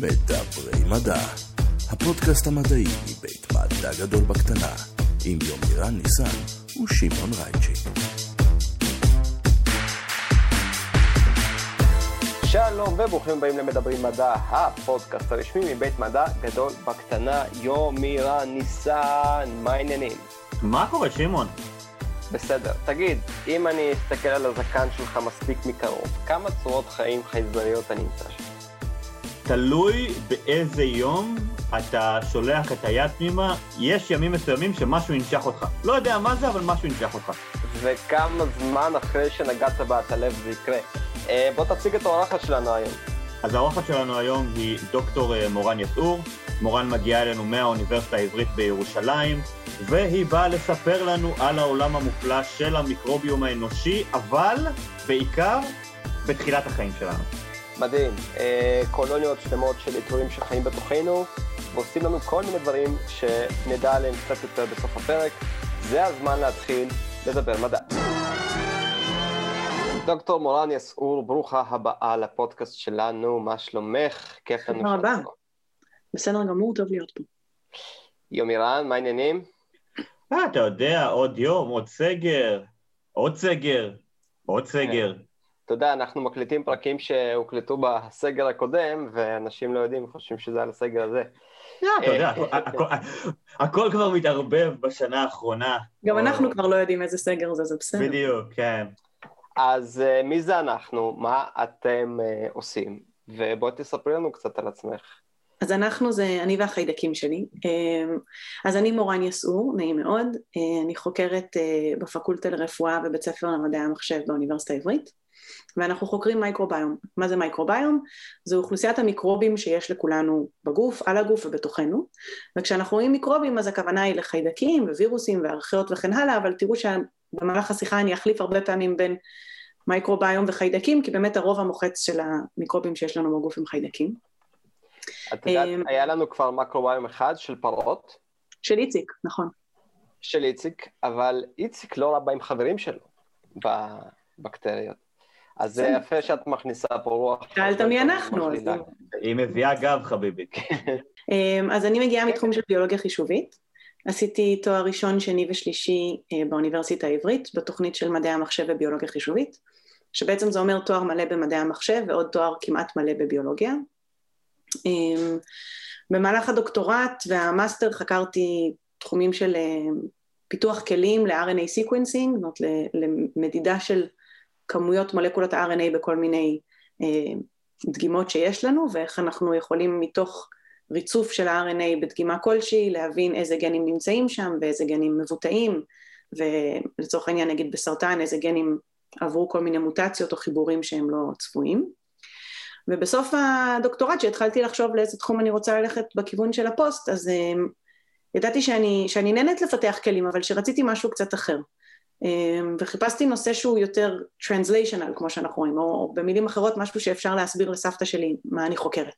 מדברי מדע, הפודקאסט המדעי מבית מדע גדול בקטנה, עם יומירן ניסן ושמעון רייצ'י. שלום וברוכים הבאים למדברים מדע, הפודקאסט הרשמי מבית מדע גדול בקטנה. יומירן ניסן, מה העניינים? מה קורה, שמעון? בסדר. תגיד, אם אני אסתכל על הזקן שלך מספיק מקרוב, כמה צורות חיים חייזריות אני אמצא שם? תלוי באיזה יום אתה שולח את היד פנימה. יש ימים מסוימים שמשהו ינשך אותך. לא יודע מה זה, אבל משהו ינשך אותך. וכמה זמן אחרי שנגעת בעטלב זה יקרה? בוא תציג את האורחת שלנו היום. אז האורחת שלנו היום היא דוקטור מורן יסעור. מורן מגיעה אלינו מהאוניברסיטה העברית בירושלים, והיא באה לספר לנו על העולם המופלא של המיקרוביום האנושי, אבל בעיקר בתחילת החיים שלנו. מדהים, קולוניות שלמות של יצורים שחיים בתוכנו, ועושים לנו כל מיני דברים שנדע עליהם קצת יותר בסוף הפרק. זה הזמן להתחיל לדבר מדע. דוקטור מורן יסעור, ברוכה הבאה לפודקאסט שלנו, מה שלומך? כיף לנו תודה רבה. בסדר גמור, טוב להיות פה. יומירן, מה העניינים? אתה יודע, עוד יום, עוד סגר, עוד סגר, עוד סגר. אתה יודע, אנחנו מקליטים פרקים שהוקלטו בסגר הקודם, ואנשים לא יודעים, חושבים שזה על הסגר הזה. אתה יודע, הכל כבר מתערבב בשנה האחרונה. גם אנחנו כבר לא יודעים איזה סגר זה בסדר. בדיוק, כן. אז מי זה אנחנו? מה אתם עושים? ובואי תספרי לנו קצת על עצמך. אז אנחנו זה אני והחיידקים שלי. אז אני מורן יסעור, נעים מאוד. אני חוקרת בפקולטה לרפואה בבית ספר למדעי המחשב באוניברסיטה העברית. ואנחנו חוקרים מייקרוביום. מה זה מייקרוביום? זו אוכלוסיית המיקרובים שיש לכולנו בגוף, על הגוף ובתוכנו. וכשאנחנו רואים מיקרובים, אז הכוונה היא לחיידקים ווירוסים וארכיות וכן הלאה, אבל תראו שבמהלך השיחה אני אחליף הרבה פעמים בין מייקרוביום וחיידקים, כי באמת הרוב המוחץ של המיקרובים שיש לנו בגוף הם חיידקים. את יודעת, היה לנו כבר מייקרוביום אחד של פרות. של איציק, נכון. של איציק, אבל איציק לא רבה עם חברים שלו בבקטריות. אז זה יפה שאת מכניסה פה רוח. שאלת מי אנחנו. היא מביאה גב, חביבי. אז אני מגיעה מתחום של ביולוגיה חישובית. עשיתי תואר ראשון, שני ושלישי באוניברסיטה העברית, בתוכנית של מדעי המחשב וביולוגיה חישובית, שבעצם זה אומר תואר מלא במדעי המחשב ועוד תואר כמעט מלא בביולוגיה. במהלך הדוקטורט והמאסטר חקרתי תחומים של פיתוח כלים ל-RNA sequencing, זאת אומרת למדידה של כמויות מולקולות ה-RNA בכל מיני דגימות שיש לנו, ואיך אנחנו יכולים מתוך ריצוף של ה-RNA בדגימה כלשהי, להבין איזה גנים נמצאים שם, ואיזה גנים מבוטאים, ולצורך העניין נגיד בסרטן, איזה גנים עברו כל מיני מוטציות או חיבורים שהם לא צפויים. ובסוף הדוקטורט שהתחלתי לחשוב לאיזה תחום אני רוצה ללכת בכיוון של הפוסט, אז ידעתי שאני נהנית לפתח כלים, אבל שרציתי משהו קצת אחר. וחיפשתי נושא שהוא יותר translational, כמו שאנחנו רואים, או במילים אחרות משהו שאפשר להסביר לסבתא שלי מה אני חוקרת.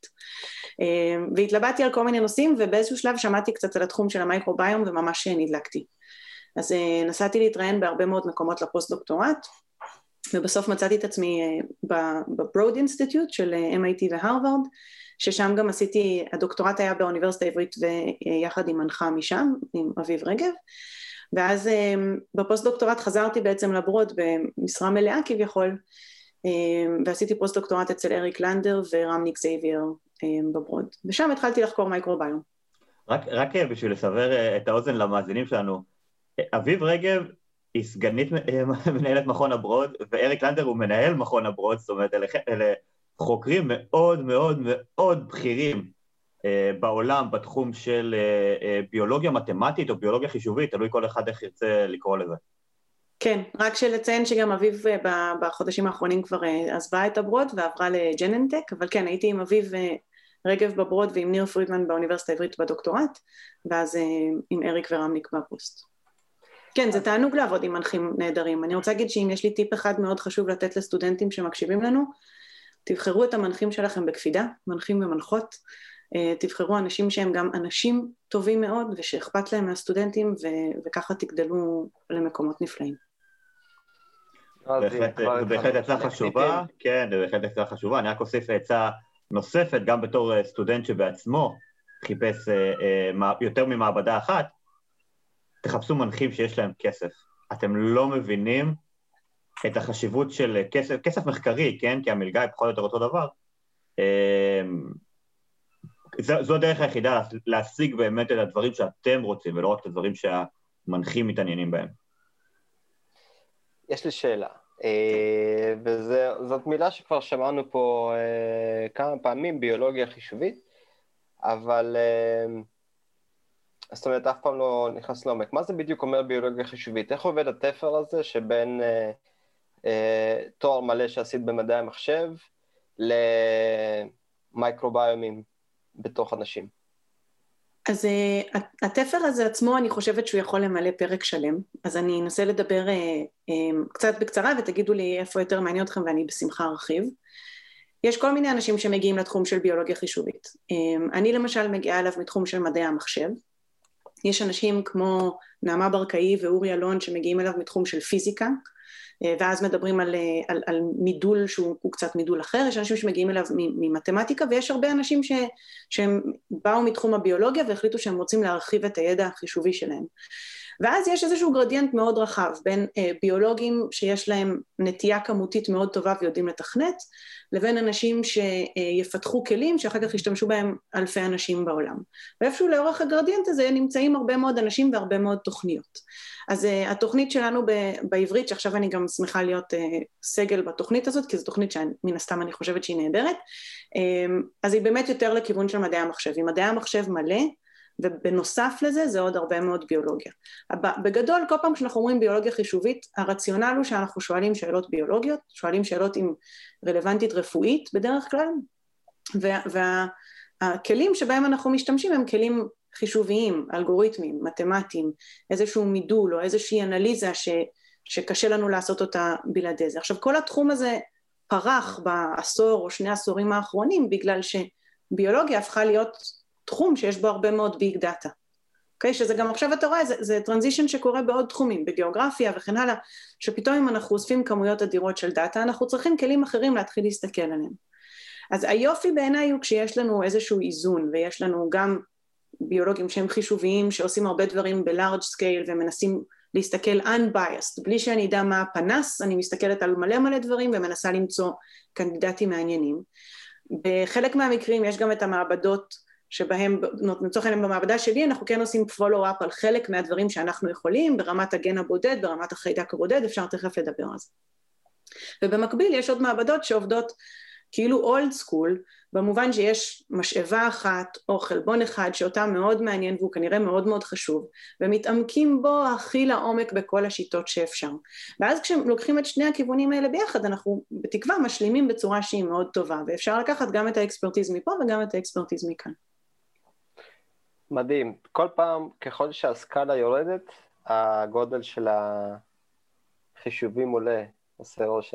והתלבטתי על כל מיני נושאים, ובאיזשהו שלב שמעתי קצת על התחום של המייקרוביום, וממש נדלקתי. אז נסעתי להתראיין בהרבה מאוד מקומות לפוסט דוקטורט, ובסוף מצאתי את עצמי בברוד אינסטיטוט של MIT והרווארד, ששם גם עשיתי, הדוקטורט היה באוניברסיטה העברית, ויחד עם מנחה משם, עם אביב רגב, ואז בפוסט דוקטורט חזרתי בעצם לברוד במשרה מלאה כביכול, ועשיתי פוסט דוקטורט אצל אריק לנדר ורמניק זייביר בברוד, ושם התחלתי לחקור מייקרוביום. רק בשביל לסבר את האוזן למאזינים שלנו, אביב רגב היא סגנית מנהלת מכון הברוד, ואריק לנדר הוא מנהל מכון הברוד, זאת אומרת, אלה חוקרים מאוד מאוד מאוד בכירים, בעולם, בתחום של ביולוגיה מתמטית או ביולוגיה חישובית, תלוי כל אחד איך ירצה לקרוא לזה. כן, רק שלציין שגם אביב בחודשים האחרונים כבר עזבה את הברוד ועברה לג'ננטק, אבל כן, הייתי עם אביב רגב בברוד ועם ניר פרידמן באוניברסיטה העברית בדוקטורט, ואז עם אריק ורמניק בפוסט. כן, זה תענוג לעבוד עם מנחים נהדרים. אני רוצה להגיד שאם יש לי טיפ אחד מאוד חשוב לתת לסטודנטים שמקשיבים לנו, תבחרו את המנחים שלכם בקפידה, מנחים ומנחות, תבחרו אנשים שהם גם אנשים טובים מאוד, ושאכפת להם מהסטודנטים, וככה תגדלו למקומות נפלאים. זה בהחלט עצה חשובה, כן, זה בהחלט עצה חשובה, אני רק אוסיף עצה נוספת, גם בתור סטודנט שבעצמו חיפש יותר ממעבדה אחת, תחפשו מנחים שיש להם כסף. אתם לא מבינים את החשיבות של כסף מחקרי, כן? כי המלגה היא פחות או יותר אותו דבר. זו הדרך היחידה להשיג באמת את הדברים שאתם רוצים, ולא רק את הדברים שהמנחים מתעניינים בהם. יש לי שאלה, וזאת מילה שכבר שמענו פה כמה פעמים, ביולוגיה חישובית, אבל זאת אומרת, אף פעם לא נכנס לעומק. מה זה בדיוק אומר ביולוגיה חישובית? איך עובד התפר הזה שבין תואר מלא שעשית במדעי המחשב למייקרוביומים בתוך אנשים? אז התפר הזה עצמו, אני חושבת שהוא יכול למלא פרק שלם, אז אני אנסה לדבר קצת בקצרה ותגידו לי איפה יותר מעניין אתכם ואני בשמחה ארחיב. יש כל מיני אנשים שמגיעים לתחום של ביולוגיה חישובית. אני למשל מגיעה אליו מתחום של מדעי המחשב. יש אנשים כמו נעמה ברקאי ואורי אלון שמגיעים אליו מתחום של פיזיקה, ואז מדברים על מידול שהוא קצת מידול אחר. יש אנשים שמגיעים אליו ממתמטיקה, ויש הרבה אנשים שהם באו מתחום הביולוגיה והחליטו שהם רוצים להרחיב את הידע החישובי שלהם. ואז יש איזשהו גרדיאנט מאוד רחב בין ביולוגים שיש להם נטייה כמותית מאוד טובה ויודעים לתכנת, לבין אנשים שיפתחו כלים שאחר כך ישתמשו בהם אלפי אנשים בעולם. ואיפשהו לאורך הגרדיאנט הזה נמצאים הרבה מאוד אנשים והרבה מאוד תוכניות. אז התוכנית שלנו בעברית, שעכשיו אני גם שמחה להיות סגל בתוכנית הזאת, כי זו תוכנית שמן הסתם אני חושבת שהיא נהדרת, אז היא באמת יותר לכיוון של מדעי המחשב. עם מדעי המחשב מלא, ובנוסף לזה זה עוד הרבה מאוד ביולוגיה. בגדול, כל פעם כשאנחנו אומרים ביולוגיה חישובית, הרציונל הוא שאנחנו שואלים שאלות ביולוגיות, שואלים שאלות עם רלוונטית רפואית בדרך כלל, והכלים שבהם אנחנו משתמשים הם כלים חישוביים, אלגוריתמיים, מתמטיים, איזשהו מידול או איזושהי אנליזה שקשה לנו לעשות אותה בלעדי זה. עכשיו, כל התחום הזה פרח בעשור או 2 עשורים האחרונים, בגלל שביולוגיה הפכה להיות תחום שיש בו הרבה מאוד ביג דאטה. אוקיי? שזה גם עכשיו אתה רואה, זה טרנזישן שקורה בעוד תחומים, בגיאוגרפיה וכן הלאה, שפתאום אם אנחנו אוספים כמויות אדירות של דאטה, אנחנו צריכים כלים אחרים להתחיל להסתכל עליהם. אז היופי בעיניי הוא כשיש לנו איזשהו איזון, ויש לנו גם ביולוגים שהם חישוביים, שעושים הרבה דברים ב-large scale, ומנסים להסתכל unbiased, בלי שאני אדע מה הפנס, אני מסתכלת על מלא דברים, ומנסה למצוא קנדידטים מעניינים. בחלק מהמקרים יש גם את המעבדות, שבהם, נצורך עליהם במעבדה שלי, אנחנו כן עושים follow-up על חלק מהדברים שאנחנו יכולים, ברמת הגן הבודד, ברמת החיידק הבודד, אפשר תכף לדבר על זה. ובמקביל יש עוד מעבדות שעובדות כאילו old school, במובן שיש משאבה אחת או חלבון אחד שאותה מאוד מעניין והוא כנראה מאוד מאוד חשוב, ומתעמקים בו הכי לעומק בכל השיטות שאפשר. ואז כשלוקחים את שני הכיוונים האלה ביחד, אנחנו בתקווה משלימים בצורה שהיא מאוד טובה, ואפשר לקחת גם את האקספרטיז מפה וגם את האקספרטיז מכאן. מדהים. כל פעם ככל שהסקאלה יורדת, הגודל של החישובים עולה, עושה רושם.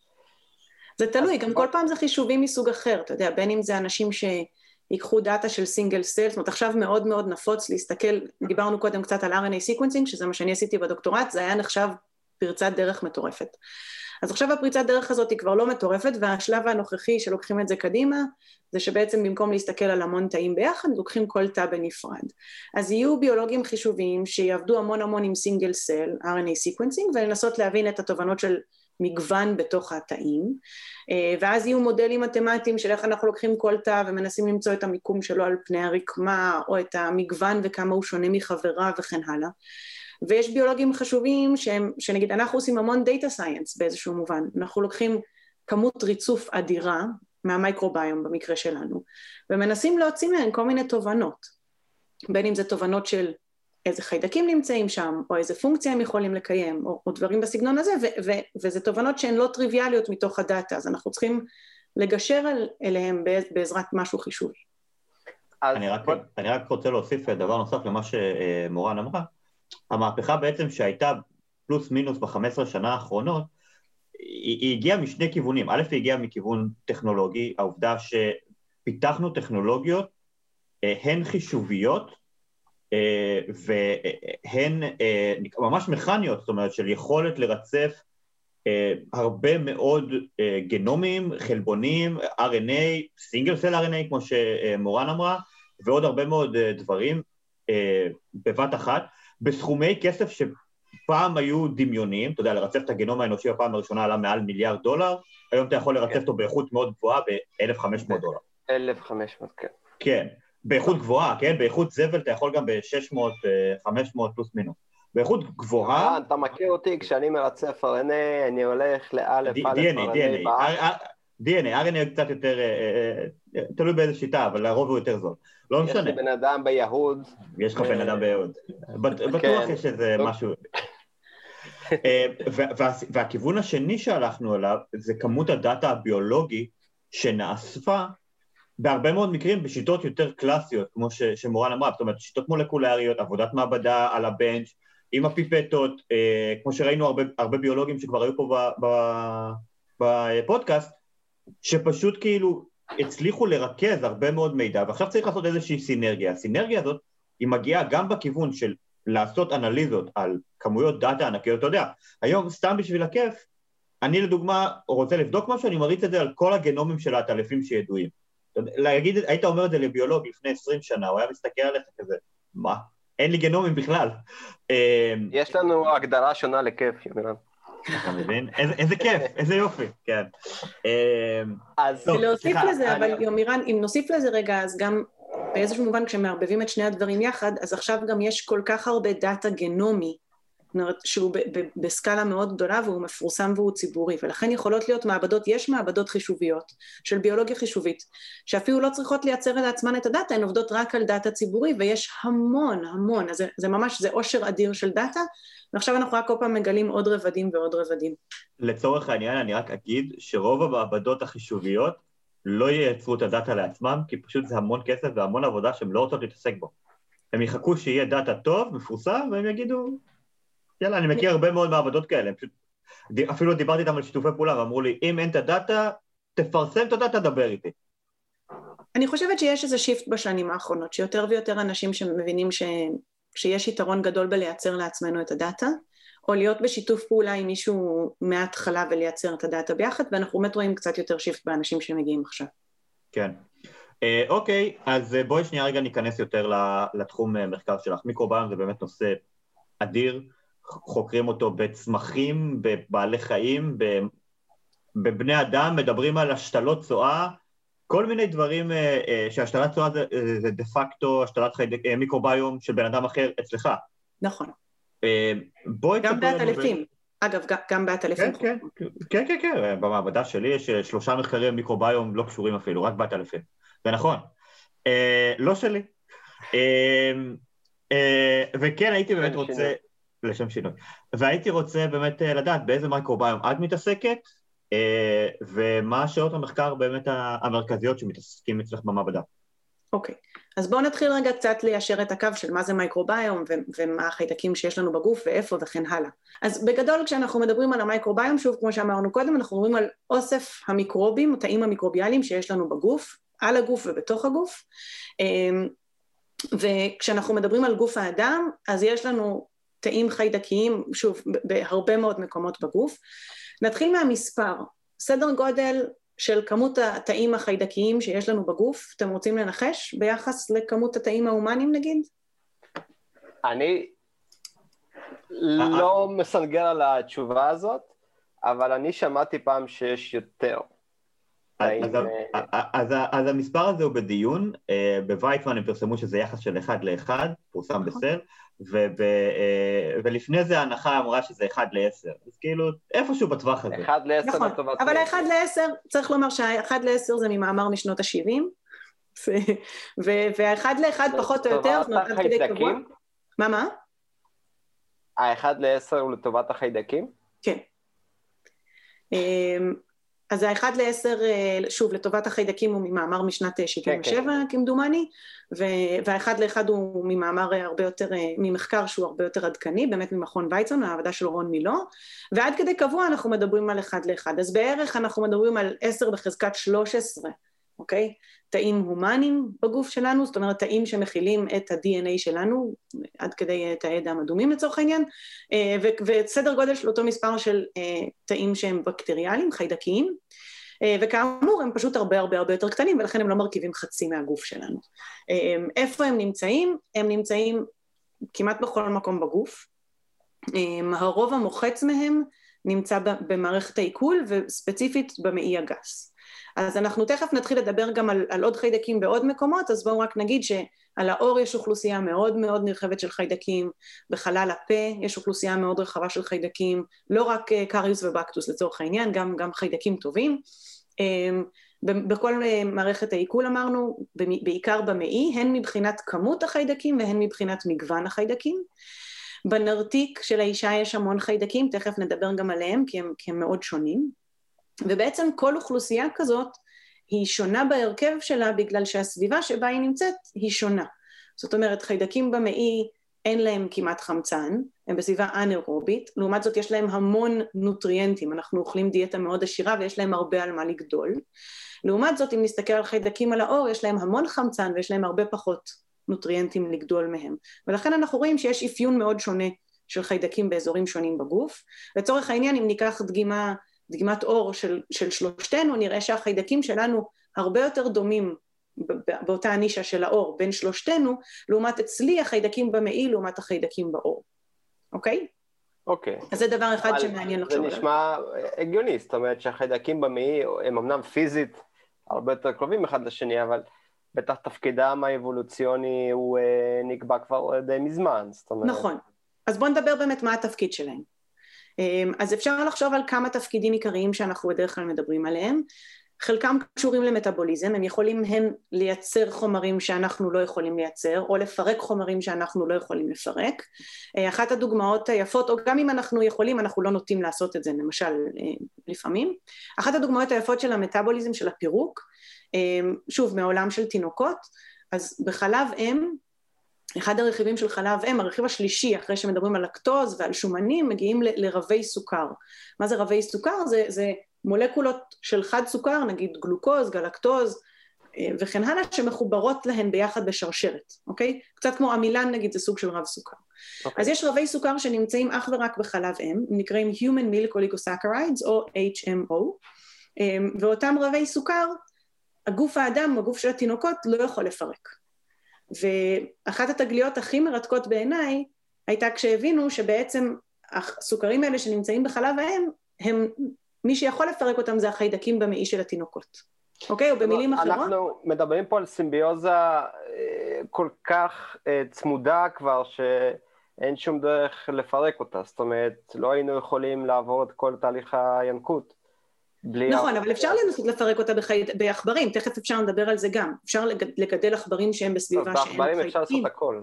זה תלוי, גם כל פעם זה חישובים מסוג אחר, אתה יודע, בין אם זה אנשים שיקחו דאטה של סינגל סל, זאת אומרת עכשיו מאוד מאוד נפוץ להסתכל, דיברנו קודם קצת על RNA sequencing, שזה מה שאני עשיתי בדוקטורט, זה היה נחשב פרצת דרך מטורפת. אז עכשיו הפריצת דרך הזאת היא כבר לא מטורפת, והשלב הנוכחי שלוקחים את זה קדימה, זה שבעצם במקום להסתכל על המון תאים ביחד, לוקחים כל תא בנפרד. אז יהיו ביולוגים חישוביים שיעבדו המון עם סינגל סל, RNA sequencing, ולנסות להבין את התובנות של מגוון בתוך התאים, ואז יהיו מודלים מתמטיים של איך אנחנו לוקחים כל תא ומנסים למצוא את המיקום שלו על פני הרקמה, או את המגוון וכמה הוא שונה מחברה וכן הלאה. ויש ביולוגים חשובים שנגיד אנחנו עושים המון דאטה סייאנס באיזשהו מובן, אנחנו לוקחים כמות ריצוף אדירה מהמייקרוביום במקרה שלנו, ומנסים להוציא מהן כל מיני תובנות, בין אם זה תובנות של איזה חיידקים נמצאים שם, או איזה פונקציה הם יכולים לקיים, או דברים בסגנון הזה, וזה תובנות שהן לא טריוויאליות מתוך הדאטה, אז אנחנו צריכים לגשר אליהם בעזרת משהו חישובי. אני רק רוצה להוסיף דבר נוסף למה שמורן אמרה, המהפכה בעצם שהייתה פלוס מינוס ב-15 שנה האחרונות, היא הגיעה משני כיוונים. א', היא הגיעה מכיוון טכנולוגי, העובדה שפיתחנו טכנולוגיות, הן חישוביות, והן ממש מכניות, זאת אומרת של יכולת לרצף הרבה מאוד גנומים, חלבונים, RNA, סינגל סל RNA, כמו שמורן אמרה, ועוד הרבה מאוד דברים בבת אחת, בסכומי כסף שפעם היו דמיוניים, אתה יודע, לרצף את הגנום האנושי בפעם הראשונה עלה מעל $1 מיליארד, היום אתה יכול לרצף אותו באיכות מאוד גבוהה $1,500. 1,500, כן. כן, באיכות גבוהה, כן, באיכות זבל אתה יכול גם ב-600, 500 פלוס מינוס. באיכות גבוהה... אתה מכיר אותי, כשאני מרצף RNA, אני הולך לאלף DNA, RNA קצת יותר, תלוי באיזה שיטה, אבל לרוב הוא יותר זול. לא משנה. יש לי בן אדם ביהוד. יש לך בן אדם ביהוד. בטוח יש איזה משהו. והכיוון השני שהלכנו אליו, זה כמות הדאטה הביולוגי שנאספה, בהרבה מאוד מקרים בשיטות יותר קלאסיות, כמו שמורן אמרה, זאת אומרת, שיטות מולקולריות, עבודת מעבדה על הבנץ', עם הפיפטות, כמו שראינו הרבה ביולוגים שכבר היו פה בפודקאסט, שפשוט כאילו הצליחו לרכז הרבה מאוד מידע, ועכשיו צריך לעשות איזושהי סינרגיה. הסינרגיה הזאת היא מגיעה גם בכיוון של לעשות אנליזות על כמויות דאטה ענקיות, אתה יודע, היום סתם בשביל הכיף, אני לדוגמה רוצה לבדוק משהו, אני מריץ את זה על כל הגנומים של העטלפים שידועים. להגיד, היית אומר את זה לביולוג לפני 20 שנה, הוא היה מסתכל עליך כזה, מה? אין לי גנומים בכלל. יש לנו הגדרה שונה לכיף, יומירן. אתה מבין? איזה כיף, איזה יופי, כן. להוסיף לזה, אבל יומירן, אם נוסיף לזה רגע, אז גם באיזשהו מובן כשמערבבים את שני הדברים יחד, אז עכשיו גם יש כל כך הרבה דאטה גנומי, שהוא בסקאלה מאוד גדולה והוא מפורסם והוא ציבורי, ולכן יכולות להיות מעבדות, יש מעבדות חישוביות של ביולוגיה חישובית, שאפילו לא צריכות לייצר לעצמן את הדאטה, הן עובדות רק על דאטה ציבורי, ויש המון, אז זה ממש, זה עושר אדיר של דאטה, ועכשיו אנחנו רק כל פעם מגלים עוד רבדים ועוד רבדים. לצורך העניין אני רק אגיד שרוב המעבדות החישוביות לא ייצרו את הדאטה לעצמם, כי פשוט זה המון כסף והמון עבודה שהם לא רוצות להתעסק בו. הם יחכו שיהיה דאטה טוב, מפורסם, והם יגידו, יאללה, אני מכיר הרבה מאוד מעבדות כאלה, אפילו דיברתי איתם על שיתופי פעולה, ואמרו לי, אם אין את הדאטה, תפרסם את הדאטה, דבר איתי. אני חושבת שיש איזה שיפט בשנים האחרונות, שיותר ויותר אנשים שמבינים שיש יתרון גדול בלייצר לעצמנו את הדאטה, או להיות בשיתוף פעולה עם מישהו מההתחלה ולייצר את הדאטה ביחד, ואנחנו באמת רואים קצת יותר שיפט באנשים שמגיעים עכשיו. כן. אוקיי, אז בואי שנייה רגע ניכנס יותר לתחום מחקר שלך. מיקרוביום זה באמת נושא אדיר, חוקרים אותו בצמחים, בבעלי חיים, בבני אדם, מדברים על השתלות צואה, כל מיני דברים שהשתלת צואה זה דה פקטו, השתלת מיקרוביום של בן אדם אחר אצלך. נכון. גם בעטלפים. אגב, גם בעטלפים. כן, במעבדה שלי יש 3 מחקרי מיקרוביום לא קשורים אפילו, רק בעטלפים. זה נכון. לא שלי. וכן, הייתי באמת רוצה, לשם שינוי, והייתי רוצה באמת לדעת באיזה מיקרוביום את מתעסקת, ומה השאלות המחקר באמת המרכזיות שמתעסקים אצלך במעבדה. אוקיי, אז בואו נתחיל רגע קצת ליישר את הקו של מה זה מיקרוביום, ומה החיידקים שיש לנו בגוף ואיפה וכן הלאה. אז בגדול כשאנחנו מדברים על המיקרוביום, שוב כמו שאמרנו קודם, אנחנו מדברים על אוסף המיקרובים, התאים המיקרוביאליים שיש לנו בגוף, על הגוף ובתוך הגוף, וכשאנחנו מדברים על גוף האדם, אז יש לנו תאים חיידקיים, שוב, בהרבה מאוד מקומות בגוף. נתחיל מהמספר, סדר גודל של כמות התאים החיידקיים שיש לנו בגוף, אתם רוצים לנחש ביחס לכמות התאים ההומניים נגיד? אני לא מסנגר על התשובה הזאת, אבל אני שמעתי פעם שיש יותר. אז המספר הזה הוא בדיון, בוויצמן הם פרסמו שזה יחס של 1:1, פורסם בסל, ולפני זה ההנחה אמרה שזה 1:10, אז כאילו איפשהו בטווח הזה. 1:10 נכון, אבל 1:10, צריך לומר שה-1:10 זה ממאמר משנות ה-70, וה-1:1 פחות או יותר, לטובת החיידקים? מה? ה-1:10 הוא לטובת החיידקים? כן. אז ה-1:10, שוב, לטובת החיידקים הוא ממאמר משנת 77, כמדומני, וה-1:1 הוא ממאמר הרבה יותר, ממחקר שהוא הרבה יותר עדכני, באמת ממכון ויצמן, העבודה של רון מילו, ועד כדי קבוע אנחנו מדברים על 1:1, אז בערך אנחנו מדברים על 10 בחזקת 13 אוקיי? תאים הומניים בגוף שלנו, זאת אומרת תאים שמכילים את ה-DNA שלנו, עד כדי תאי דם אדומים לצורך העניין, וסדר גודל של אותו מספר של תאים שהם בקטריאליים, חיידקיים, וכאמור הם פשוט הרבה יותר קטנים, ולכן הם לא מרכיבים חצי מהגוף שלנו. איפה הם נמצאים? הם נמצאים כמעט בכל מקום בגוף, הרוב המוחץ מהם נמצא במערכת העיכול, וספציפית במעי הגס. אז אנחנו תכף נתחיל לדבר גם על עוד חיידקים בעוד מקומות, אז בואו רק נגיד שעל האור יש אוכלוסייה מאוד נרחבת של חיידקים, בחלל הפה יש אוכלוסייה מאוד רחבה של חיידקים, לא רק קריוס ובקטוס לצורך העניין, גם חיידקים טובים. בכל מערכת העיכול אמרנו, בעיקר במעי, הן מבחינת כמות החיידקים והן מבחינת מגוון החיידקים. בנרתיק של האישה יש המון חיידקים, תכף נדבר גם עליהם כי הם מאוד שונים. ובעצם כל אוכלוסייה כזאת היא שונה בהרכב שלה בגלל שהסביבה שבה היא נמצאת היא שונה. זאת אומרת, חיידקים במעי אין להם כמעט חמצן, הם בסביבה אנאירובית, לעומת זאת יש להם המון נוטריאנטים, אנחנו אוכלים דיאטה מאוד עשירה ויש להם הרבה על מה לגדול. לעומת זאת, אם נסתכל על חיידקים על האור, יש להם המון חמצן ויש להם הרבה פחות נוטריאנטים לגדול מהם. ולכן אנחנו רואים שיש אפיון מאוד שונה של חיידקים באזורים שונים בגוף. לצורך העניין, אם ניקח דגימת אור של שלושתנו, נראה שהחיידקים שלנו הרבה יותר דומים באותה הנישה של האור בין שלושתנו, לעומת אצלי החיידקים במעי, לעומת החיידקים באור. אוקיי? אוקיי. אז זה דבר אחד שמעניין לחשוב עליו. זה נשמע הגיוני, זאת אומרת שהחיידקים במעי הם אמנם פיזית הרבה יותר קרובים אחד לשני, אבל בטח תפקידם האבולוציוני הוא נקבע כבר די מזמן. נכון. אז בואו נדבר באמת מה התפקיד שלהם. אז אפשר לחשוב על כמה תפקידים עיקריים שאנחנו בדרך כלל מדברים עליהם. חלקם קשורים למטאבוליזם, הם יכולים הן לייצר חומרים שאנחנו לא יכולים לייצר, או לפרק חומרים שאנחנו לא יכולים לפרק. אחת הדוגמאות היפות, או גם אם אנחנו יכולים, אנחנו לא נוטים לעשות את זה, למשל לפעמים. אחת הדוגמאות היפות של המטאבוליזם, של הפירוק, שוב, מעולם של תינוקות, אז בחלב אם, אחד הרכיבים של חלב אם, הרכיב השלישי, אחרי שמדברים על לקטוז ועל שומנים, מגיעים לרבי סוכר. מה זה רבי סוכר? זה מולקולות של חד סוכר, נגיד גלוקוז, גלקטוז, וכן הלאה, שמחוברות להן ביחד בשרשרת, אוקיי? קצת כמו עמילן, נגיד, זה סוג של רב סוכר. אוקיי. אז יש רבי סוכר שנמצאים אך ורק בחלב אם, נקראים Human Milk Oligosaccharides, או HMO, ואותם רבי סוכר, הגוף האדם, הגוף של התינוקות, לא יכול לפרק. ואחת התגליות הכי מרתקות בעיניי, הייתה כשהבינו שבעצם הסוכרים האלה שנמצאים בחלב האם, הם, מי שיכול לפרק אותם זה החיידקים במעי של התינוקות. אוקיי? או במילים אחרות? אנחנו מדברים פה על סימביוזה כל כך צמודה כבר, שאין שום דרך לפרק אותה. זאת אומרת, לא היינו יכולים לעבור את כל תהליך הינקות. נכון, אבל אפשר לנסות לפרק אותה בעכברים, תכף אפשר לדבר על זה גם. אפשר לגדל עכברים שהם בסביבה שהם חיידקים. בעכברים אפשר לעשות הכל.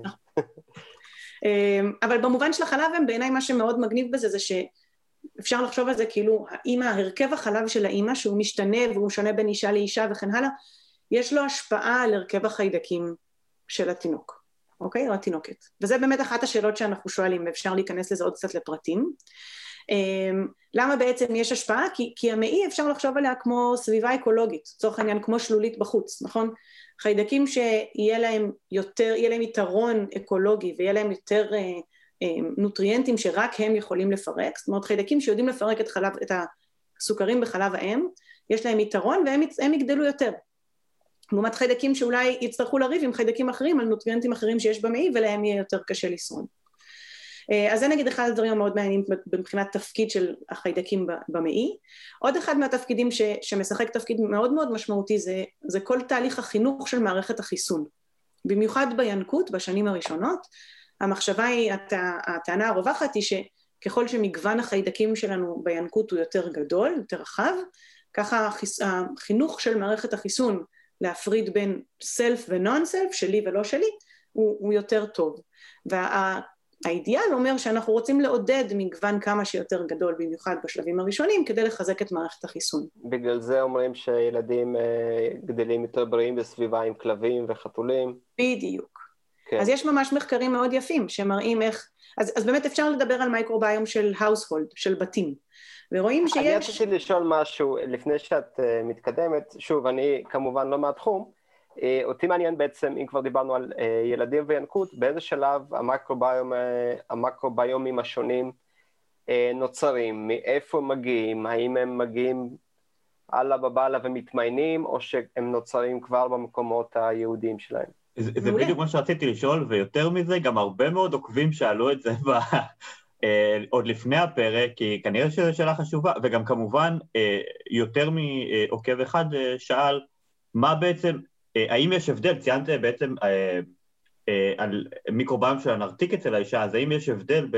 אבל במובן של החלב, בעיניי מה שמאוד מגניב בזה, זה שאפשר לחשוב על זה כאילו, הרכב החלב של האמא, שהוא משתנה והוא שונה בין אישה לאישה וכן הלאה, יש לו השפעה על הרכב החיידקים של התינוק, אוקיי? או התינוקת. וזה באמת אחת השאלות שאנחנו שואלים, ואפשר להיכנס לזה עוד קצת לפרטים. למה בעצם יש השפעה? כי המעי אפשר לחשוב עליה כמו סביבה אקולוגית, לצורך העניין כמו שלולית בחוץ, נכון? חיידקים שיהיה להם יתרון אקולוגי ויהיה להם יותר נוטריאנטים שרק הם יכולים לפרק, זאת אומרת חיידקים שיודעים לפרק את הסוכרים בחלב האם, יש להם יתרון והם יגדלו יותר. לעומת חיידקים שאולי יצטרכו לריב עם חיידקים אחרים על נוטריאנטים אחרים שיש במעי ולהם יהיה יותר קשה לשרוד. אז זה נגיד אחד הדברים המאוד מעניינים מבחינת תפקיד של החיידקים במעי. עוד אחד מהתפקידים שמשחק תפקיד מאוד מאוד משמעותי זה כל תהליך החינוך של מערכת החיסון. במיוחד בינקות, בשנים הראשונות, המחשבה היא, הטענה הרווחת היא שככל שמגוון החיידקים שלנו בינקות הוא יותר גדול, יותר רחב, ככה החינוך של מערכת החיסון להפריד בין סלף ונון סלף, שלי ולא שלי, הוא יותר טוב. האידיאל אומר שאנחנו רוצים לעודד מגוון כמה שיותר גדול, במיוחד בשלבים הראשונים, כדי לחזק את מערכת החיסון. בגלל זה אומרים שילדים גדלים יותר בריאים בסביבה עם כלבים וחתולים. בדיוק. כן. אז יש ממש מחקרים מאוד יפים שמראים איך, אז באמת אפשר לדבר על מייקרוביום של household, של בתים. ורואים שיש... אני רציתי לשאול משהו לפני שאת מתקדמת, שוב, אני כמובן לא מהתחום, אותי מעניין בעצם, אם כבר דיברנו על ילדים וינקות, באיזה שלב המיקרוביומים השונים נוצרים, מאיפה הם מגיעים, האם הם מגיעים הלאה בבעלה ומתמיינים, או שהם נוצרים כבר במקומות היהודיים שלהם? זה בדיוק מה שרציתי לשאול, ויותר מזה, גם הרבה מאוד עוקבים שאלו את זה עוד לפני הפרק, כי כנראה שזו שאלה חשובה, וגם כמובן יותר מעוקב אחד שאל, מה בעצם, האם יש הבדל, ציינת בעצם על מיקרוביום של הנרתיק אצל האישה, אז האם יש הבדל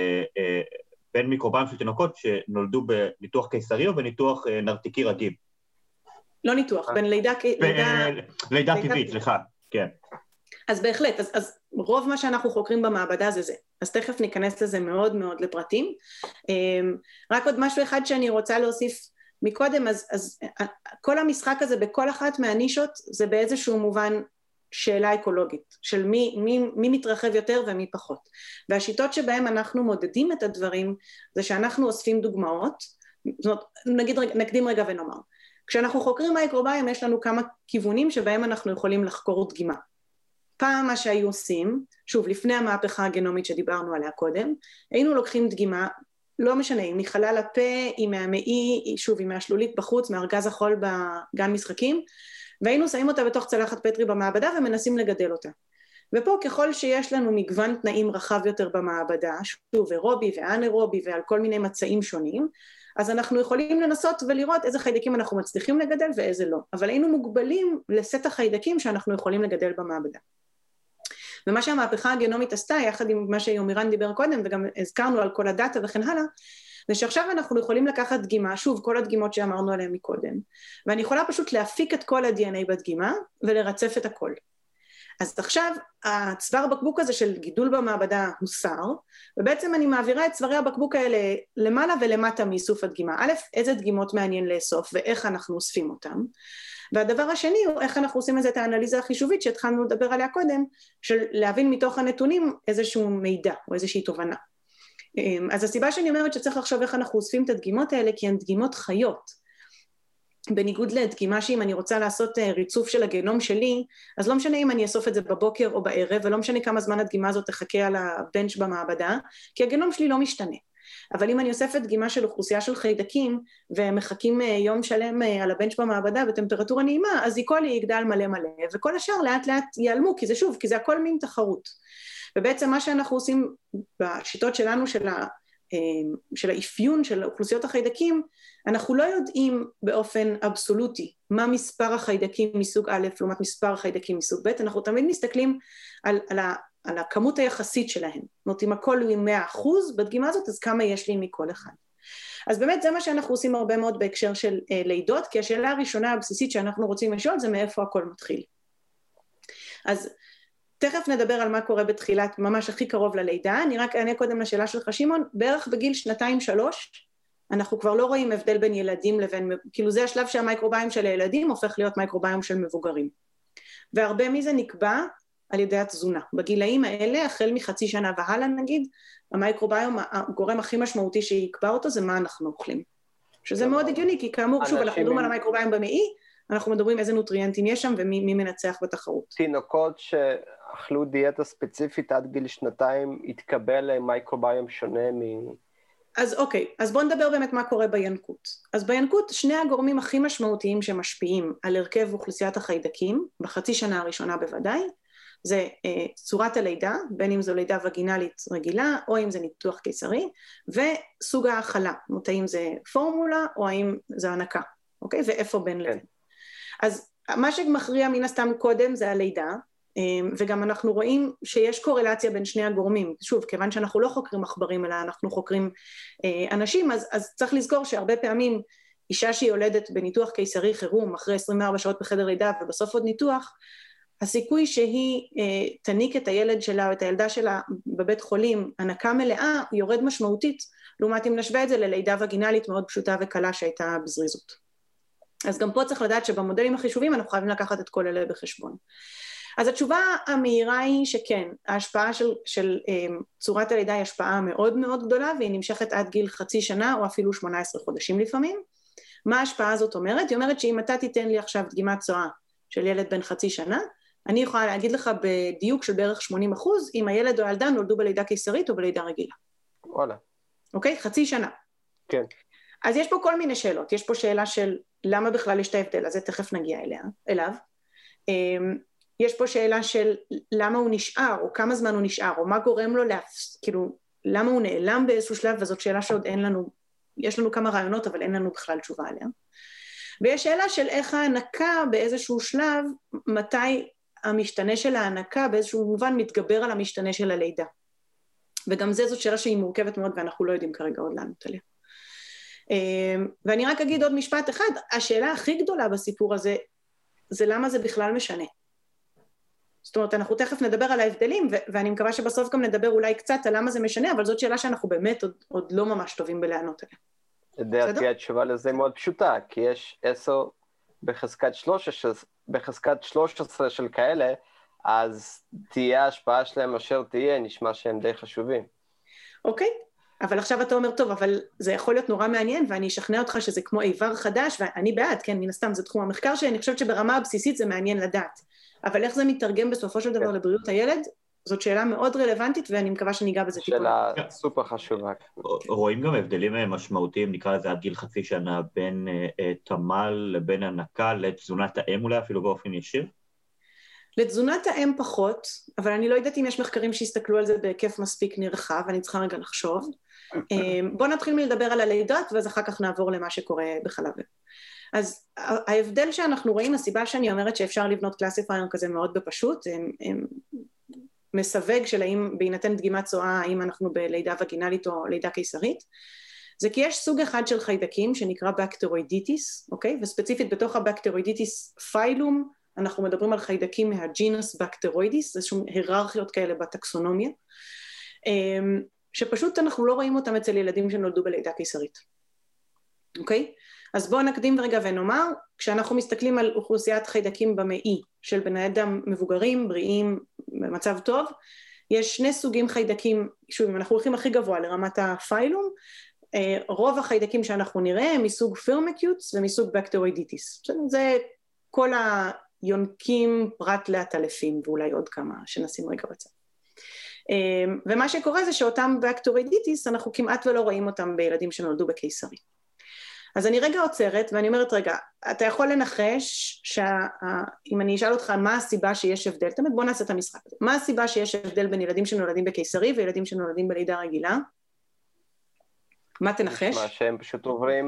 בין מיקרוביום של תינוקות שנולדו בניתוח קיסרי או בניתוח נרתיקי רגיל? לא ניתוח, בין לידה טבעית, סליחה, כן. אז בהחלט, אז רוב מה שאנחנו חוקרים במעבדה זה. אז תכף ניכנס לזה מאוד מאוד לפרטים. רק עוד משהו אחד שאני רוצה להוסיף מקודם, אז כל המשחק הזה בכל אחת מהנישות זה באיזשהו מובן שאלה אקולוגית, של מי מתרחב יותר ומי פחות. והשיטות שבהם אנחנו מודדים את הדברים, זה שאנחנו אוספים דוגמאות, זאת אומרת, נקדים רגע ונאמר. כשאנחנו חוקרים מיקרוביום יש לנו כמה כיוונים שבהם אנחנו יכולים לחקור דגימה. פעם מה שהיו עושים, שוב לפני המהפכה הגנומית שדיברנו עליה קודם, היינו לוקחים דגימה, לא משנה, אם מחלל הפה, אם מהמעי, שוב אם מהשלולית בחוץ, מארגז החול בגן משחקים, והיינו שמים אותה בתוך צלחת פטרי במעבדה ומנסים לגדל אותה. ופה ככל שיש לנו מגוון תנאים רחב יותר במעבדה, שוב אירובי ואנאירובי ועל כל מיני מצעים שונים, אז אנחנו יכולים לנסות ולראות איזה חיידקים אנחנו מצליחים לגדל ואיזה לא, אבל היינו מוגבלים לסט החיידקים שאנחנו יכולים לגדל במעבדה. ומה שהמהפכה הגנומית עשתה, יחד עם מה שיומירן דיבר קודם, וגם הזכרנו על כל הדאטה וכן הלאה, זה שעכשיו אנחנו יכולים לקחת דגימה, שוב כל הדגימות שאמרנו עליהן מקודם, ואני יכולה פשוט להפיק את כל ה-DNA בדגימה ולרצף את הכל. אז עכשיו הצוואר בקבוק הזה של גידול במעבדה הוסר, ובעצם אני מעבירה את צווארי הבקבוק האלה למעלה ולמטה מאיסוף הדגימה. א', איזה דגימות מעניין לאסוף ואיך אנחנו אוספים אותם, והדבר השני הוא איך אנחנו עושים את האנליזה החישובית שהתחלנו לדבר עליה קודם, של להבין מתוך הנתונים איזשהו מידע או איזושהי תובנה. אז הסיבה שאני אומרת שצריך לחשוב איך אנחנו אוספים את הדגימות האלה, כי הן דגימות חיות. בניגוד לדגימה שאם אני רוצה לעשות ריצוף של הגנום שלי, אז לא משנה אם אני אאסוף את זה בבוקר או בערב, ולא משנה כמה זמן הדגימה הזאת תחכה על הבנץ' במעבדה, כי הגנום שלי לא משתנה. אבל אם אני אוספת דגימה של אוכלוסייה של חיידקים, ומחכים יום שלם על הבנץ' במעבדה בטמפרטורה נעימה, אז איקולי יגדל מלא מלא, וכל השאר לאט לאט ייעלמו, כי זה שוב, כי זה הכל מין תחרות. ובעצם מה שאנחנו עושים בשיטות שלנו של האפיון של אוכלוסיות החיידקים, אנחנו לא יודעים באופן אבסולוטי מה מספר החיידקים מסוג א' לעומת מספר החיידקים מסוג ב', אנחנו תמיד מסתכלים על הכמות היחסית שלהם. זאת אומרת, אם הכל הוא 100% בדגימה הזאת, אז כמה יש לי מכל אחד. אז באמת זה מה שאנחנו עושים הרבה מאוד בהקשר של לידות, כי השאלה הראשונה הבסיסית שאנחנו רוצים לשאול זה מאיפה הכל מתחיל. אז תכף נדבר על מה קורה בתחילת, ממש הכי קרוב ללידה, אני רק אענה קודם לשאלה שלך שמעון, בערך בגיל 2-3, אנחנו כבר לא רואים הבדל בין ילדים לבין, כאילו זה השלב שהמייקרוביום של הילדים הופך להיות מייקרוביום של מבוגרים. והרבה מזה נקבע על ידי התזונה. בגילאים האלה, החל מחצי שנה והלאה נגיד, המייקרוביום, הגורם הכי משמעותי שיקבע אותו זה מה אנחנו אוכלים. שזה מאוד הגיוני, כי כאמור, שוב, אנחנו מדברים על המייקרוביום במעי, אנחנו מדברים איזה נוטריאנטים יש שם ומי מנצח בתחרות. תינוקות שאכלו דיאטה ספציפית עד גיל 2 התקבל מייקרוביום שונה אז אוקיי, אז בואו נדבר באמת מה קורה בינקות. אז בינקות שני הגורמים הכי משמעותיים שמשפיעים על הרכב אוכלוסיית החיידקים, בחצי שנה הראשונה בוודאי, זה צורת הלידה, בין אם זו לידה וגינלית רגילה, או אם זה ניתוח קיסרי, וסוג האכלה, זאת האם זה פורמולה, או האם זה הנקה, אוקיי? ואיפה בין לבין. אז מה שמכריע מן הסתם קודם זה הלידה, וגם אנחנו רואים שיש קורלציה בין שני הגורמים, שוב, כיוון שאנחנו לא חוקרים עכברים, אלא אנחנו חוקרים אנשים, אז צריך לזכור שהרבה פעמים אישה שהיא יולדת בניתוח קיסרי חירום, אחרי 24 שעות בחדר לידה ובסוף עוד ניתוח, הסיכוי שהיא תניק את הילד שלה או את הילדה שלה בבית חולים, הנקה מלאה, יורד משמעותית, לעומת אם נשווה את זה ללידה וגינלית מאוד פשוטה וקלה שהייתה בזריזות. אז גם פה צריך לדעת שבמודלים החישובים אנחנו חייבים לקחת את כל אלה בחשבון. אז התשובה המהירה היא שכן, ההשפעה של צורת הלידה היא השפעה מאוד מאוד גדולה, והיא נמשכת עד גיל חצי שנה, או אפילו 18 חודשים לפעמים. מה ההשפעה הזאת אומרת? היא אומרת שאם אתה תיתן לי עכשיו דגימת צואה של ילד בן חצי שנה, אני יכולה להגיד לך בדיוק של בערך 80%, אם הילד או הילדה נולדו בלידה קיסרית או בלידה רגילה. וואלה. אוקיי? חצי שנה. כן. אז יש פה כל מיני שאלות. יש פה שאלה של למה בכלל יש את ההבדל הזה, תכף נגיע אליו. יש פה שאלה של למה הוא נשאר, או כמה זמן הוא נשאר, או מה גורם לו כאילו, למה הוא נעלם באיזשהו שלב, וזאת שאלה שעוד אין לנו, יש לנו כמה רעיונות, אבל אין לנו בכלל תשובה עליה. ויש שאלה של איך ההנקה באיזשהו שלב, מתי המשתנה של ההנקה באיזשהו מובן מתגבר על המשתנה של הלידה. וגם זאת שאלה שהיא מורכבת מאוד, ואנחנו לא יודעים כרגע עוד לענות עליה. ואני רק אגיד עוד משפט אחד, השאלה הכי גדולה בסיפור הזה, זה למה זה בכלל משנה. זאת אומרת, אנחנו תכף נדבר על ההבדלים, ואני מקווה שבסוף גם נדבר אולי קצת על למה זה משנה, אבל זאת שאלה שאנחנו באמת עוד לא ממש טובים בלענות עליה. לדעתי התשובה לזה מאוד פשוטה, כי יש 10 בחזקת 13 של כאלה, אז תהיה ההשפעה שלהם אשר תהיה, נשמע שהם די חשובים. אוקיי, אבל עכשיו אתה אומר, טוב, אבל זה יכול להיות נורא מעניין, ואני אשכנע אותך שזה כמו איבר חדש, ואני בעד, כן, מן הסתם זה תחום המחקר שלי, אני חושבת שברמה הבסיסית זה מעניין לדעת. אבל איך זה מתרגם בסופו של דבר לבריאות הילד? זאת שאלה מאוד רלוונטית, ואני מקווה שניגע בזה טיפה. שאלה סופר חשובה. רואים גם הבדלים משמעותיים, נקרא לזה עד גיל חצי שנה, בין תמ"ל לבין הנקה לתזונת האם אולי, אפילו באופן ישיר? לתזונת האם פחות, אבל אני לא יודעת אם יש מחקרים שיסתכלו על זה בהיקף מספיק נרחב, אני צריכה רגע לחשוב. בוא נתחיל מלדבר על הלידות, ואז אחר כך נעבור למה שקורה בחלב. אז ההבדל שאנחנו רואים, הסיבה שאני אומרת שאפשר לבנות קלאסיפייר כזה מאוד בפשוט, מסווג של האם בהינתן דגימת צואה, האם אנחנו בלידה וגינלית או לידה קיסרית, זה כי יש סוג אחד של חיידקים שנקרא בקטרואידיטיס, אוקיי? וספציפית בתוך הבקטרואידיטיס פיילום, אנחנו מדברים על חיידקים מהג'ינוס בקטרואידיס, זה שום היררכיות כאלה בטקסונומיה, שפשוט אנחנו לא רואים אותם אצל ילדים שנולדו בלידה קיסרית, אוקיי? אז בואו נקדים רגע ונאמר, כשאנחנו מסתכלים על אוכלוסיית חיידקים במעי של בני אדם מבוגרים, בריאים, במצב טוב, יש שני סוגים חיידקים, שוב, אם אנחנו הולכים הכי גבוה לרמת הפיילום, רוב החיידקים שאנחנו נראה הם מסוג פירמקיוטס ומסוג בקטרואידיטיס. זה כל היונקים פרט לעטלפים, ואולי עוד כמה שנשים רגע בצד. ומה שקורה זה שאותם בקטרואידיטיס, אנחנו כמעט ולא רואים אותם בילדים שנולדו בקיסרי. אז אני רגע עוצרת, ואני אומרת, רגע, אתה יכול לנחש אם אני אשאל אותך מה הסיבה שיש הבדל, תמיד בוא נעשה את המשחק הזה. מה הסיבה שיש הבדל בין ילדים שנולדים בקיסרי וילדים שנולדים בלידה רגילה? מה תנחש? נשמע שהם פשוט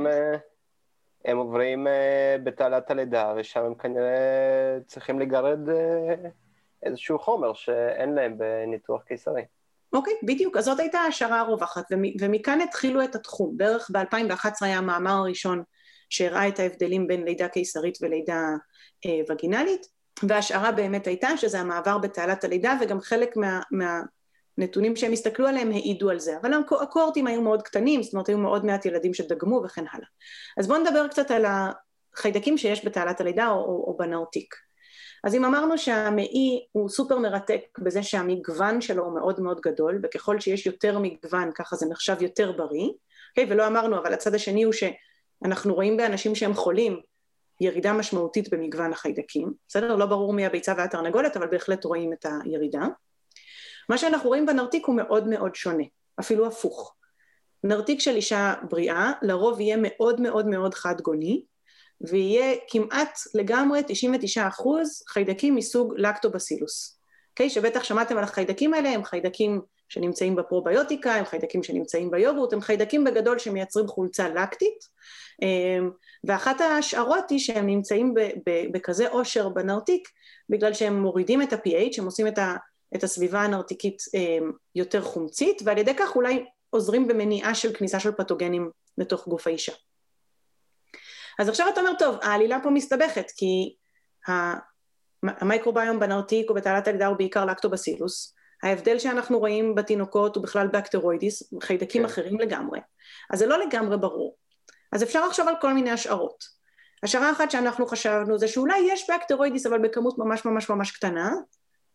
עוברים בתעלת הלידה, ושם הם כנראה צריכים לגרד איזשהו חומר שאין להם בניתוח קיסרי. אוקיי, בדיוק, אז זאת הייתה השערה הרווחת, ומכאן התחילו את התחום. בערך ב-2011 היה המאמר הראשון שהראה את ההבדלים בין לידה קיסרית ולידה וגינלית, והשערה באמת הייתה שזה המעבר בתעלת הלידה, וגם חלק מהנתונים שהם הסתכלו עליהם העידו על זה, אבל הקורטים היו מאוד קטנים, זאת אומרת היו מאוד מעט ילדים שדגמו וכן הלאה. אז בואו נדבר קצת על החיידקים שיש בתעלת הלידה או בנרתיק. אז אם אמרנו שהמעי הוא סופר מרתק בזה שהמגוון שלו הוא מאוד מאוד גדול, וככל שיש יותר מגוון ככה זה נחשב יותר בריא, okay, ולא אמרנו, אבל הצד השני הוא שאנחנו רואים באנשים שהם חולים ירידה משמעותית במגוון החיידקים, בסדר? לא ברור מי הביצה והתרנגולת, אבל בהחלט רואים את הירידה. מה שאנחנו רואים בנרתיק הוא מאוד מאוד שונה, אפילו הפוך. נרתיק של אישה בריאה לרוב יהיה מאוד מאוד מאוד חד גוני, ויהיה כמעט לגמרי 99% חיידקים מסוג לקטובסילוס. Okay, שבטח שמעתם על החיידקים האלה, הם חיידקים שנמצאים בפרוביוטיקה, הם חיידקים שנמצאים ביוגורט, הם חיידקים בגדול שמייצרים חולצה לקטית, ואחת ההשערות היא שהם נמצאים בכזה עושר בנרתיק, בגלל שהם מורידים את ה-pH, הם עושים את הסביבה הנרתיקית יותר חומצית, ועל ידי כך אולי עוזרים במניעה של כניסה של פתוגנים לתוך גוף האישה. אז עכשיו אתה אומר, טוב, העלילה פה מסתבכת, כי המייקרוביום בנרתיק או בתעלת הלידה הוא בעיקר לקטובסילוס, ההבדל שאנחנו רואים בתינוקות הוא בכלל בקטרואידיס, חיידקים אחרים לגמרי, אז זה לא לגמרי ברור. אז אפשר לחשוב על כל מיני השערות. השערה אחת שאנחנו חשבנו זה שאולי יש בקטרואידיס, אבל בכמות ממש ממש ממש קטנה,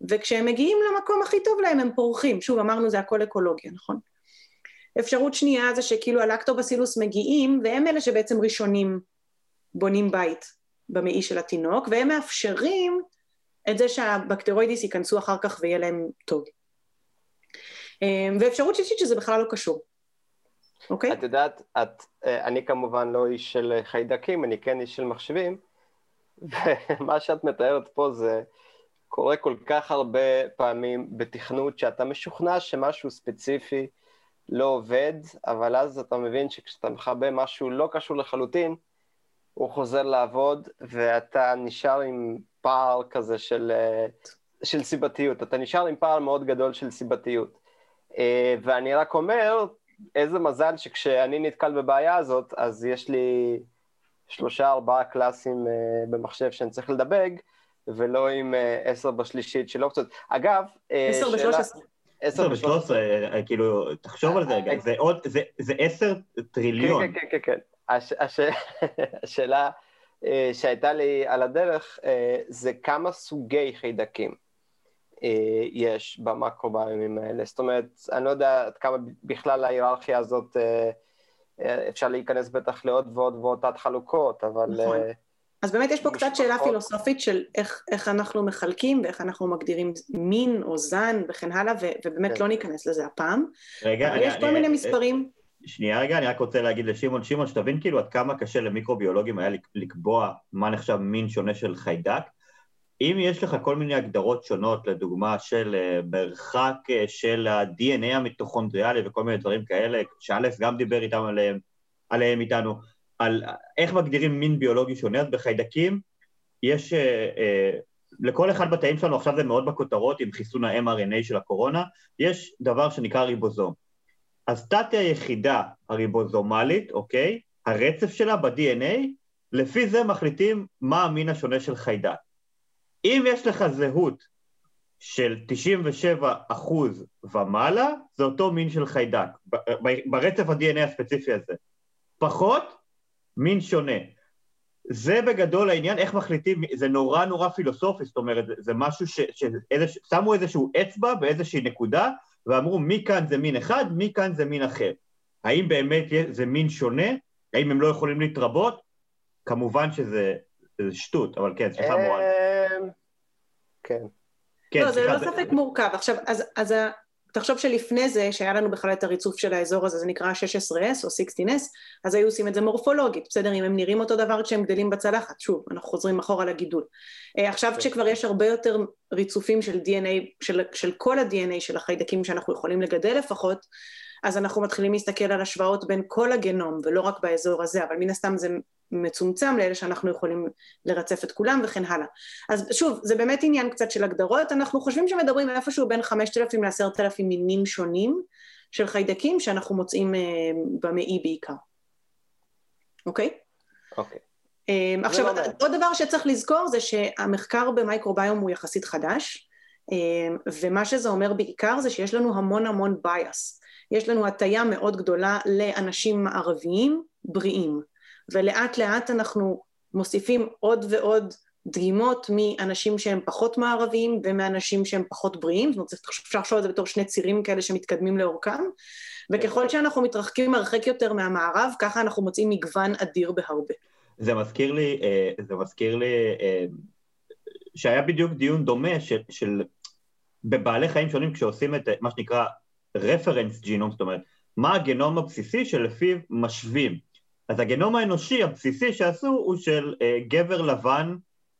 וכשהם מגיעים למקום הכי טוב להם הם פורחים, שוב אמרנו זה הכל אקולוגיה, נכון? אפשרות שנייה זה שכאילו הלקטובסילוס מגיעים, והם אלה שבעצם ראשונים בונים בית במעי של התינוק, והם מאפשרים את זה שהבקטרואידיס ייכנסו אחר כך ויהיה להם טוב. ואפשרות שלישית שזה בכלל לא קשור. אוקיי? את יודעת, אני כמובן לא איש של חיידקים, אני כן איש של מחשבים, ומה שאת מתארת פה זה קורה כל כך הרבה פעמים בתכנות שאתה משוכנע שמשהו ספציפי לא עובד, אבל אז אתה מבין שכשאתה מחבר משהו לא קשור לחלוטין, הוא חוזר לעבוד, ואתה נשאר עם פער כזה של סיבתיות, אתה נשאר עם פער מאוד גדול של סיבתיות. ואני רק אומר, איזה מזל שכשאני נתקל בבעיה הזאת, אז יש לי 3-4 קלאסים במחשב שאני צריך לדבק, ולא עם 10 בשלישית של אופציות. אגב, 10 ב-13. 10 ב-13, כאילו, תחשוב על זה רגע, זה 10 טריליון. כן, כן. השאלה שהייתה לי על הדרך, זה כמה סוגי חיידקים יש במקרוביומים האלה. זאת אומרת, אני לא יודע עד כמה בכלל ההיררכיה הזאת, אפשר להיכנס בטח לעוד ועוד ועוד תת חלוקות, אבל... נכון. אז באמת יש פה קצת שאלה פילוסופית של איך אנחנו מחלקים, ואיך אנחנו מגדירים מין או זן וכן הלאה, ובאמת לא ניכנס לזה הפעם. רגע, יש כל מיני מספרים. שנייה רגע, אני רק רוצה להגיד לשמעון, שתבין כאילו עד כמה קשה למיקרוביולוגים היה לקבוע מה נחשב מין שונה של חיידק. אם יש לך כל מיני הגדרות שונות, לדוגמה של מרחק של ה-DNA המיטוכונדריאלי וכל מיני דברים כאלה, שאלף גם דיבר עליהם איתנו, על איך מגדירים מין ביולוגי שונה, אז בחיידקים יש, לכל אחד בתאים שלנו, עכשיו זה מאוד בכותרות עם חיסון ה-mRNA של הקורונה, יש דבר שנקרא ריבוזום. אז תת היחידה הריבוזומלית, אוקיי, הרצף שלה ב-DNA, לפי זה מחליטים מה המין השונה של חיידק. אם יש לך זהות של 97% ומעלה, זה אותו מין של חיידק, ברצף ה-DNA הספציפי הזה. פחות, מין שונה. זה בגדול העניין, איך מחליטים, זה נורא פילוסופי, זאת אומרת, זה משהו שמו איזשהו אצבע באיזושהי נקודה, ואמרו מי כאן זה מין אחד, מי כאן זה מין אחר. האם באמת זה מין שונה? האם הם לא יכולים להתרבות? כמובן שזה שטות, אבל כן, סליחה מורן. כן. לא, זה לא ספק מורכב. עכשיו, אז תחשוב שלפני זה, שהיה לנו בכלל את הריצוף של האזור הזה, זה נקרא 16S או 16S, אז היו עושים את זה מורפולוגית, בסדר? אם הם נראים אותו דבר כשהם גדלים בצלחת, שוב, אנחנו חוזרים אחורה לגידול. עכשיו כשכבר יש הרבה יותר ריצופים של DNA, של כל ה-DNA של החיידקים שאנחנו יכולים לגדל לפחות, אז אנחנו מתחילים להסתכל על השוואות בין כל הגנום, ולא רק באזור הזה, אבל מן הסתם זה מצומצם לאלה שאנחנו יכולים לרצף את כולם וכן הלאה. אז שוב, זה באמת עניין קצת של הגדרות, אנחנו חושבים שמדברים איפשהו בין 5,000 ל10,000 מינים שונים של חיידקים שאנחנו מוצאים במעי בעיקר. אוקיי? אוקיי. עכשיו, עוד דבר שצריך לזכור זה שהמחקר במייקרוביום הוא יחסית חדש, ומה שזה אומר בעיקר זה שיש לנו המון בייס. יש לנו הטיה מאוד גדולה לאנשים מערביים בריאים, ולאט לאט אנחנו מוסיפים עוד ועוד דגימות מאנשים שהם פחות מערביים ומאנשים שהם פחות בריאים, זאת אומרת, אפשר לחשוב על זה בתור שני צירים כאלה שמתקדמים לאורכם, וככל שאנחנו מתרחקים הרחק יותר מהמערב, ככה אנחנו מוצאים מגוון אדיר בהרבה. זה מזכיר לי שהיה בדיוק דיון דומה של בבעלי חיים שונים כשעושים את מה שנקרא רפרנס ג'ינום, זאת אומרת, מה הגנום הבסיסי שלפיו משווים. אז הגנום האנושי הבסיסי שעשו הוא של גבר לבן,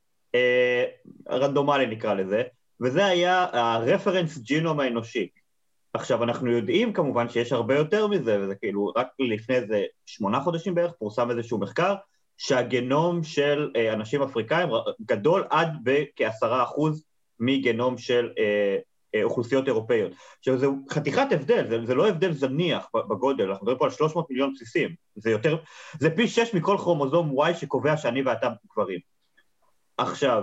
רנדומלי נקרא לזה, וזה היה הרפרנס ג'ינום האנושי. עכשיו אנחנו יודעים כמובן שיש הרבה יותר מזה, וזה כאילו רק לפני איזה 8 חודשים בערך פורסם איזשהו מחקר, שהגנום של אנשים אפריקאים גדול עד בכ10% מגנום של אוכלוסיות אירופאיות. עכשיו, זה חתיכת הבדל, זה לא הבדל זניח בגודל, אנחנו מדברים פה על 300 מיליון בסיסים, זה פי 6 מכל כרומוזום Y שקובע שאני ואתה גברים. עכשיו,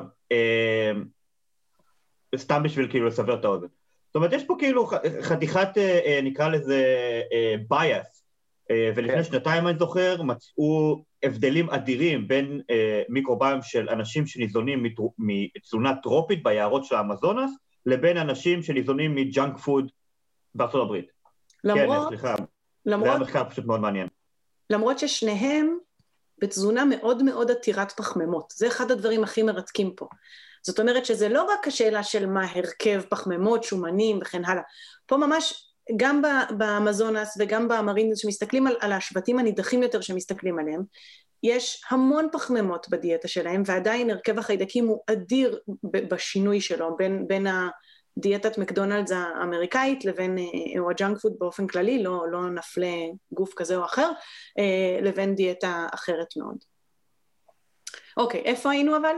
סתם בשביל כאילו לסבר את האוזן. זאת אומרת, יש פה כאילו חתיכת, נקרא לזה bias, ולפני שנתיים אני זוכר, מצאו הבדלים אדירים בין מיקרוביום של אנשים שניזונים מתזונה טרופית ביערות של האמזונס, לבין אנשים שניזונים מג'אנק פוד בארצות הברית. למרות, כן, סליחה, זה היה מחקר פשוט מאוד מעניין. למרות ששניהם בתזונה מאוד מאוד עתירת פחמימות. זה אחד הדברים הכי מרתקים פה. זאת אומרת שזה לא רק השאלה של מה הרכב פחמימות, שומנים וכן הלאה. פה ממש גם באמזונס וגם באמרינוס שמסתכלים על השבטים הנידחים יותר שמסתכלים עליהם, יש המון פחמימות בדיאטה שלהם, ועדיין הרכב החיידקים הוא אדיר בשינוי שלו, בין הדיאטת מקדונלדס האמריקאית לבין, או הג'אנק פוד באופן כללי, לא נפלה גוף כזה או אחר, לבין דיאטה אחרת מאוד. אוקיי, איפה היינו אבל?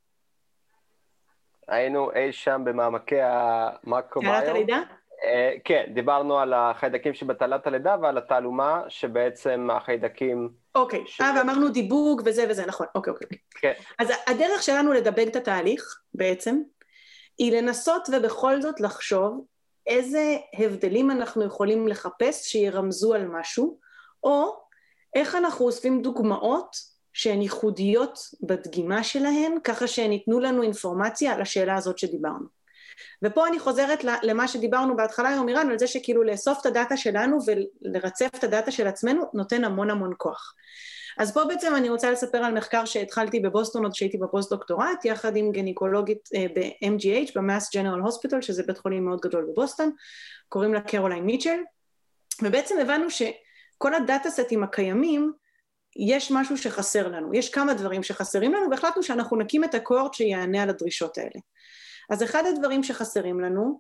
היינו אי שם במעמקי המקרוביום. תעלת הלידה? כן, דיברנו על החיידקים שבתעלת הלידה ועל התעלומה שבעצם החיידקים... אוקיי, ואמרנו דיבוג וזה, נכון, אוקיי. כן. אז הדרך שלנו לדבג את התהליך בעצם, היא לנסות ובכל זאת לחשוב איזה הבדלים אנחנו יכולים לחפש שירמזו על משהו, או איך אנחנו אוספים דוגמאות שהן ייחודיות בדגימה שלהן, ככה שהן ייתנו לנו אינפורמציה על השאלה הזאת שדיברנו. ופה אני חוזרת למה שדיברנו בהתחלה עם מירן, על זה שכאילו לאסוף את הדאטה שלנו ולרצף את הדאטה של עצמנו, נותן המון כוח. אז פה בעצם אני רוצה לספר על מחקר שהתחלתי בבוסטון, עוד שהייתי בפוסט-דוקטורט, יחד עם גניקולוגית ב-MGH, ב-Mass General Hospital, שזה בית חולים מאוד גדול בבוסטון, קוראים לה קרוליין מיטשל, ובעצם הבנו שכל הדאטה-סטים הקיימים, יש משהו שחסר לנו, יש כמה דברים שחסרים לנו, והחלטנו שאנחנו נקים את הקורט שיענה על הדרישות האלה. אז אחד הדברים שחסרים לנו,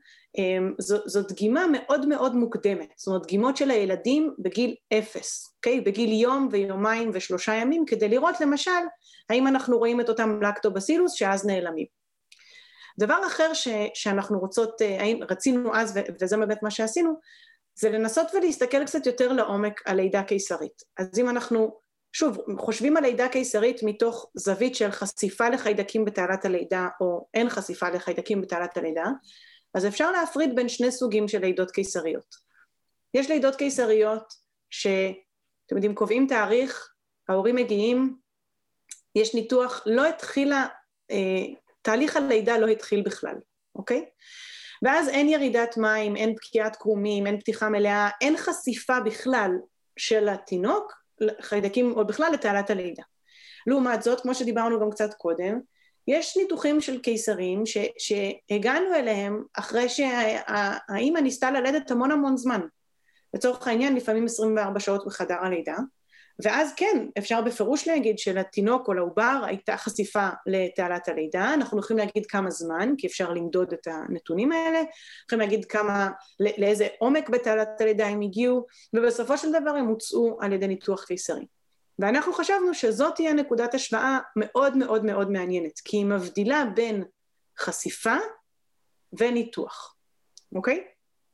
זו דגימה מאוד מאוד מוקדמת, זאת אומרת דגימות של הילדים בגיל 0, אוקיי? בגיל יום ויומיים ו3 ימים, כדי לראות למשל, האם אנחנו רואים את אותם לקטובסילוס שאז נעלמים. דבר אחר שאנחנו רצינו אז, וזה באמת מה שעשינו, זה לנסות ולהסתכל קצת יותר לעומק על לידה קיסרית. אז אם אנחנו שוב, חושבים על לידה קיסרית מתוך זווית של חשיפה לחיידקים בתעלת הלידה, או אין חשיפה לחיידקים בתעלת הלידה, אז אפשר להפריד בין שני סוגים של לידות קיסריות. יש לידות קיסריות שאתם יודעים, קובעים תאריך, ההורים מגיעים, יש ניתוח, לא התחילה, תהליך הלידה לא התחיל בכלל, אוקיי? ואז אין ירידת מים, אין פקיעת קרומים, אין פתיחה מלאה, אין חשיפה בכלל של התינוק, חיידקים או בכלל לתעלת הלידה. לעומת זאת, כמו שדיברנו גם קצת קודם, יש ניתוחים של קיסרים שהגענו אליהם אחרי שהאמא ניסתה ללדת המון זמן. לצורך העניין לפעמים 24 שעות בחדר הלידה, ואז כן, אפשר בפירוש להגיד שלתינוק או לעובר הייתה חשיפה לתעלת הלידה, אנחנו יכולים להגיד כמה זמן, כי אפשר למדוד את הנתונים האלה, יכולים להגיד לאיזה עומק בתעלת הלידה הם הגיעו, ובסופו של דבר הם הוצאו על ידי ניתוח קיסרי. ואנחנו חשבנו שזאת תהיה נקודת השוואה מאוד מאוד מאוד מעניינת, כי היא מבדילה בין חשיפה וניתוח, אוקיי?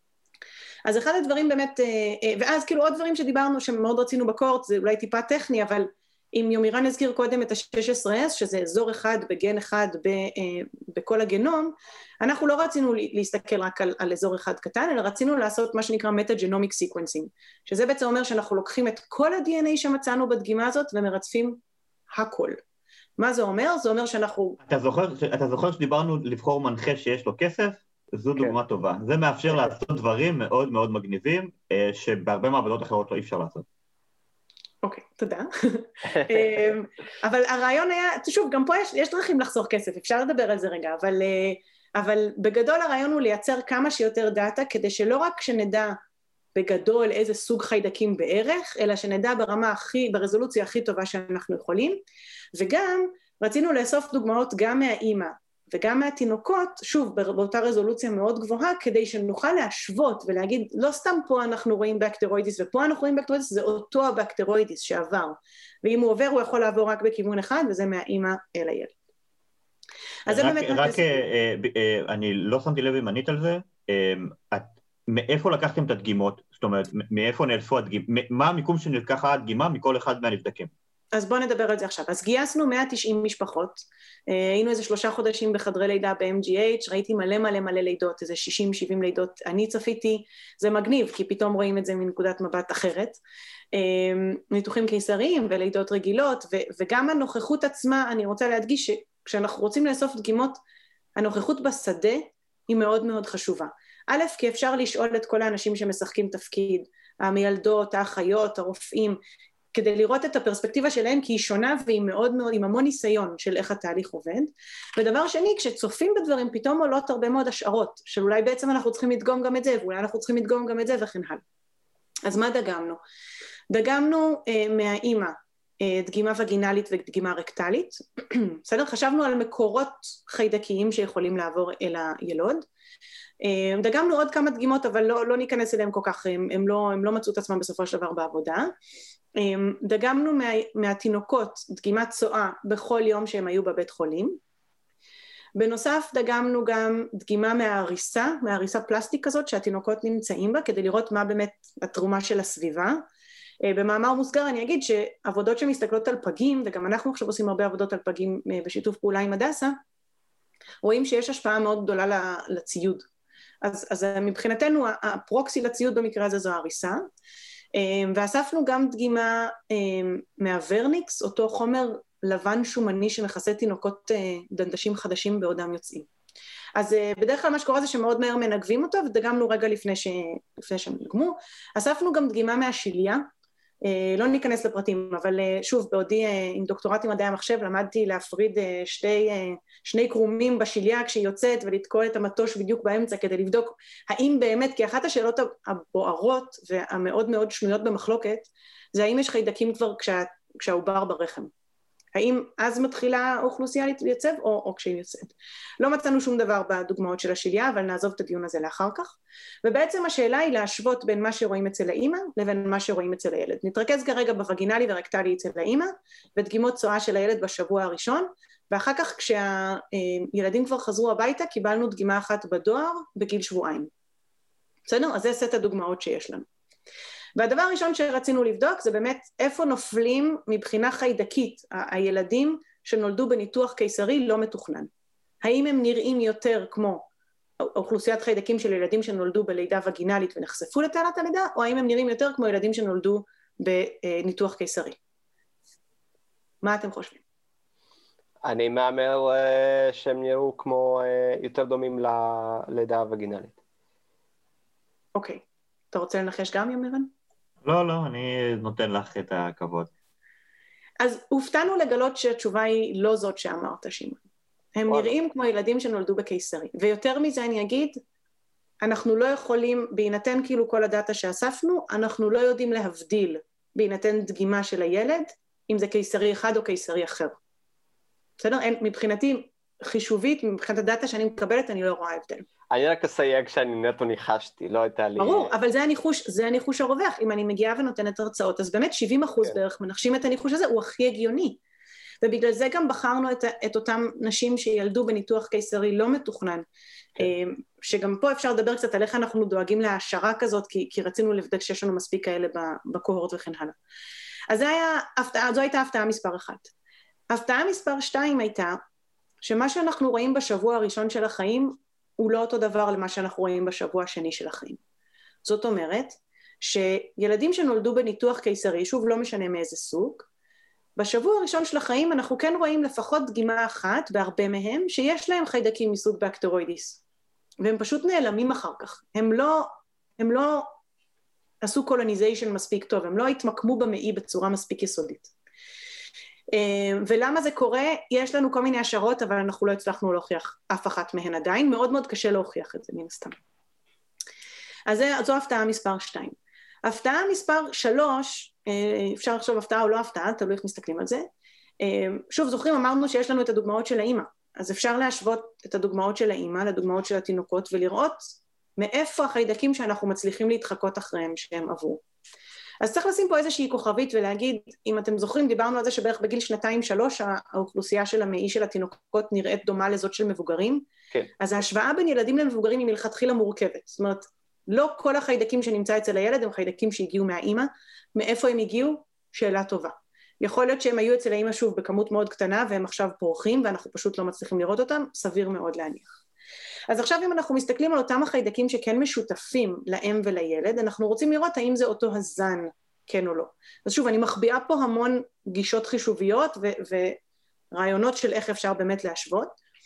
אז אחד הדברים באמת, ואז כאילו עוד דברים שדיברנו שמאוד רצינו בקורט, זה אולי טיפה טכני, אבל אם יומירן הזכיר קודם את ה-16S, שזה אזור אחד בגן אחד בכל הגנום, אנחנו לא רצינו להסתכל רק על אזור אחד קטן, אלא רצינו לעשות מה שנקרא מטה-ג'נומיק סיקוונסינג, שזה בעצם אומר שאנחנו לוקחים את כל ה-DNA שמצאנו בדגימה הזאת ומרצפים הכל. מה זה אומר? זה אומר שאנחנו... אתה זוכר שדיברנו לבחור מנחה שיש לו כסף? זו דוגמה טובה. זה מאפשר לעשות דברים מאוד מאוד מגניבים, שבהרבה מעבדות אחרות לא אי אפשר לעשות. אוקיי, תודה. אבל הרעיון היה, שוב, גם פה יש דרכים לחסוך כסף, אפשר לדבר על זה רגע, אבל בגדול הרעיון הוא לייצר כמה שיותר דאטה, כדי שלא רק שנדע בגדול איזה סוג חיידקים בערך, אלא שנדע ברזולוציה הכי טובה שאנחנו יכולים, וגם רצינו לאסוף דוגמאות גם מהאימא, וגם מהתינוקות, שוב, באותה רזולוציה מאוד גבוהה, כדי שנוכל להשוות ולהגיד, לא סתם פה אנחנו רואים בקטרואידיס, ופה אנחנו רואים בקטרואידיס, זה אותו הבקטרואידיס שעבר. ואם הוא עובר, הוא יכול לעבור רק בכיוון אחד, וזה מהאימא אל הילד. אז זה באמת... רק, אני לא שמתי לב אם ענית על זה, מאיפה לקחתם את הדגימות? זאת אומרת, מאיפה נאלפו הדגימות? מה המיקום שנלקחה הדגימה מכל אחד מהנבדקים? אז בואו נדבר על זה עכשיו. אז גייסנו 190 משפחות, היינו איזה 3 חודשים בחדרי לידה ב-MGH, ראיתי מלא לידות, איזה 60-70 לידות, אני צפיתי, זה מגניב, כי פתאום רואים את זה מנקודת מבט אחרת, ניתוחים קיסריים ולידות רגילות, וגם הנוכחות עצמה, אני רוצה להדגיש שכשאנחנו רוצים לאסוף דגימות, הנוכחות בשדה היא מאוד מאוד חשובה. א', כי אפשר לשאול את כל האנשים שמשחקים תפקיד, המילדות, האחיות, הרופאים, כדי לראות את הפרספקטיבה שלהם, כי היא שונה והיא מאוד מאוד, עם המון ניסיון של איך התהליך עובד. ודבר שני, כשצופים בדברים, פתאום עולות הרבה מאוד השערות, שאולי בעצם אנחנו צריכים לדגום גם את זה, ואולי אנחנו צריכים לדגום גם את זה וכן הלאה. אז מה דגמנו? דגמנו מהאימא, דגימה וגינלית ודגימה רקטלית, בסדר? חשבנו על מקורות חיידקיים שיכולים לעבור אל הילוד, דגמנו עוד כמה דגימות, אבל לא ניכנס אליהם כל כך, הם לא מצאו את עצמם בסופו של דבר בעבודה, דגמנו מהתינוקות דגימת צואה בכל יום שהם היו בבית חולים, בנוסף דגמנו גם דגימה מהעריסה פלסטיק כזאת שהתינוקות נמצאים בה, כדי לראות מה באמת התרומה של הסביבה. במאמר מוסגר אני אגיד שעבודות שמסתכלות על פגים, וגם אנחנו עכשיו עושים הרבה עבודות על פגים בשיתוף פעולה עם הדסה, רואים שיש השפעה מאוד גדולה לציוד. אז מבחינתנו הפרוקסי לציוד במקרה הזה זו העריסה, ואספנו גם דגימה מהוורניקס, אותו חומר לבן שומני שמכסה תינוקות דנדשים חדשים בעודם יוצאים. אז בדרך כלל מה שקורה זה שמאוד מהר מנגבים אותו, ודגמנו רגע לפני שהם נגמו. אספנו גם דגימה מהשיליה, לא ניכנס לפרטים, אבל שוב, בעודי עם דוקטורט עם מדעי המחשב, למדתי להפריד שני קרומים בשיליה כשהיא יוצאת, ולתקוע את המטוש בדיוק באמצע, כדי לבדוק האם באמת, כי אחת השאלות הבוערות, והמאוד מאוד שנויות במחלוקת, זה האם יש חיידקים כבר כשהעובר ברחם. האם אז מתחילה האוכלוסייה להתייצב או כשהיא יוצאת. לא מצאנו שום דבר בדוגמאות של השיליה, אבל נעזוב את הדיון הזה לאחר כך. ובעצם השאלה היא להשוות בין מה שרואים אצל האמא לבין מה שרואים אצל הילד. נתרכז כרגע בווגינלי ורקטלי אצל האמא, ודגימות צואה של הילד בשבוע הראשון, ואחר כך כשהילדים כבר חזרו הביתה, קיבלנו דגימה אחת בדואר בגיל שבועיים. בסדר? אז זה סט הדוגמאות שיש לנו. והדבר הראשון שרצינו לבדוק זה באמת איפה נופלים מבחינה חיידקית הילדים שנולדו בניתוח קיסרי לא מתוכנן. האם הם נראים יותר כמו אוכלוסיית חיידקים של ילדים שנולדו בלידה וגינלית ונחשפו לתעלת הלידה, או האם הם נראים יותר כמו ילדים שנולדו בניתוח קיסרי? מה אתם חושבים? אני מאמר שהם נראו כמו יותר דומים ללידה וגינלית. אוקיי. אתה רוצה לנחש גם, ימירן? לא, אני נותן לך את הכבוד. אז הופתענו לגלות שהתשובה היא לא זאת שאמרת, שמעון. הם נראים כמו ילדים שנולדו בקיסרי. ויותר מזה אני אגיד, אנחנו לא יכולים, בהינתן כאילו כל הדאטה שאספנו, אנחנו לא יודעים להבדיל בהינתן דגימה של הילד, אם זה קיסרי אחד או קיסרי אחר. בסדר? מבחינתי, חישובית, מבחינת הדאטה שאני מקבלת, אני לא רואה הבדל. אני רק אסייג שאני נטו ניחשתי, לא הייתה לי... ברור, אבל זה הניחוש הרווח. אם אני מגיעה ונותנת הרצאות, אז באמת 70% בערך מנחשים את הניחוש הזה, הוא הכי הגיוני. ובגלל זה גם בחרנו את אותם נשים שילדו בניתוח קיסרי לא מתוכנן, שגם פה אפשר לדבר קצת על איך אנחנו דואגים להשערה כזאת, כי רצינו לבדוק שיש לנו מספיק כאלה בקוהורט וכן הלאה. אז זו הייתה הפתעה מספר 1. הפתעה מספר 2 הייתה, שמה שאנחנו רואים בשבוע הראשון של החיים, הוא לא אותו דבר למה שאנחנו רואים בשבוע השני של החיים. זאת אומרת, שילדים שנולדו בניתוח קיסרי, שוב לא משנה מאיזה סוג, בשבוע הראשון של החיים אנחנו כן רואים לפחות דגימה אחת, בהרבה מהם, שיש להם חיידקים מסוג בקטרוידיס. והם פשוט נעלמים אחר כך. הם לא עשו קולוניזיישן מספיק טוב, הם לא התמקמו במעי בצורה מספיק יסודית. ולמה זה קורה? יש לנו כל מיני השערות, אבל אנחנו לא הצלחנו להוכיח אף אחת מהן עדיין, מאוד מאוד קשה להוכיח את זה מן הסתם. אז זו הפתעה מספר 2. הפתעה מספר 3, אפשר לחשוב הפתעה או לא הפתעה, תלוי איך מסתכלים על זה. שוב, זוכרים, אמרנו שיש לנו את הדוגמאות של האמא, אז אפשר להשוות את הדוגמאות של האמא לדוגמאות של התינוקות, ולראות מאיפה החיידקים שאנחנו מצליחים להתחקות אחריהם שהם עברו. אז צריך לשים פה איזושהי כוכבית ולהגיד, אם אתם זוכרים, דיברנו על זה שבערך בגיל 2-3 האוכלוסייה של המעי של התינוקות נראית דומה לזאת של מבוגרים, כן. אז ההשוואה בין ילדים למבוגרים היא מלכתחילה מורכבת, זאת אומרת, לא כל החיידקים שנמצא אצל הילד הם חיידקים שהגיעו מהאמא, מאיפה הם הגיעו? שאלה טובה. יכול להיות שהם היו אצל האמא שוב בכמות מאוד קטנה והם עכשיו פורחים ואנחנו פשוט לא מצליחים לראות אותם, סביר מאוד להניח. אז עכשיו אם אנחנו מסתכלים על אותם החיידקים שכן משותפים לאם ולילד, אנחנו רוצים לראות האם זה אותו הזן, כן או לא. אז שוב, אני מחביאה פה המון גישות חישוביות ורעיונות של איך אפשר באמת להשוות.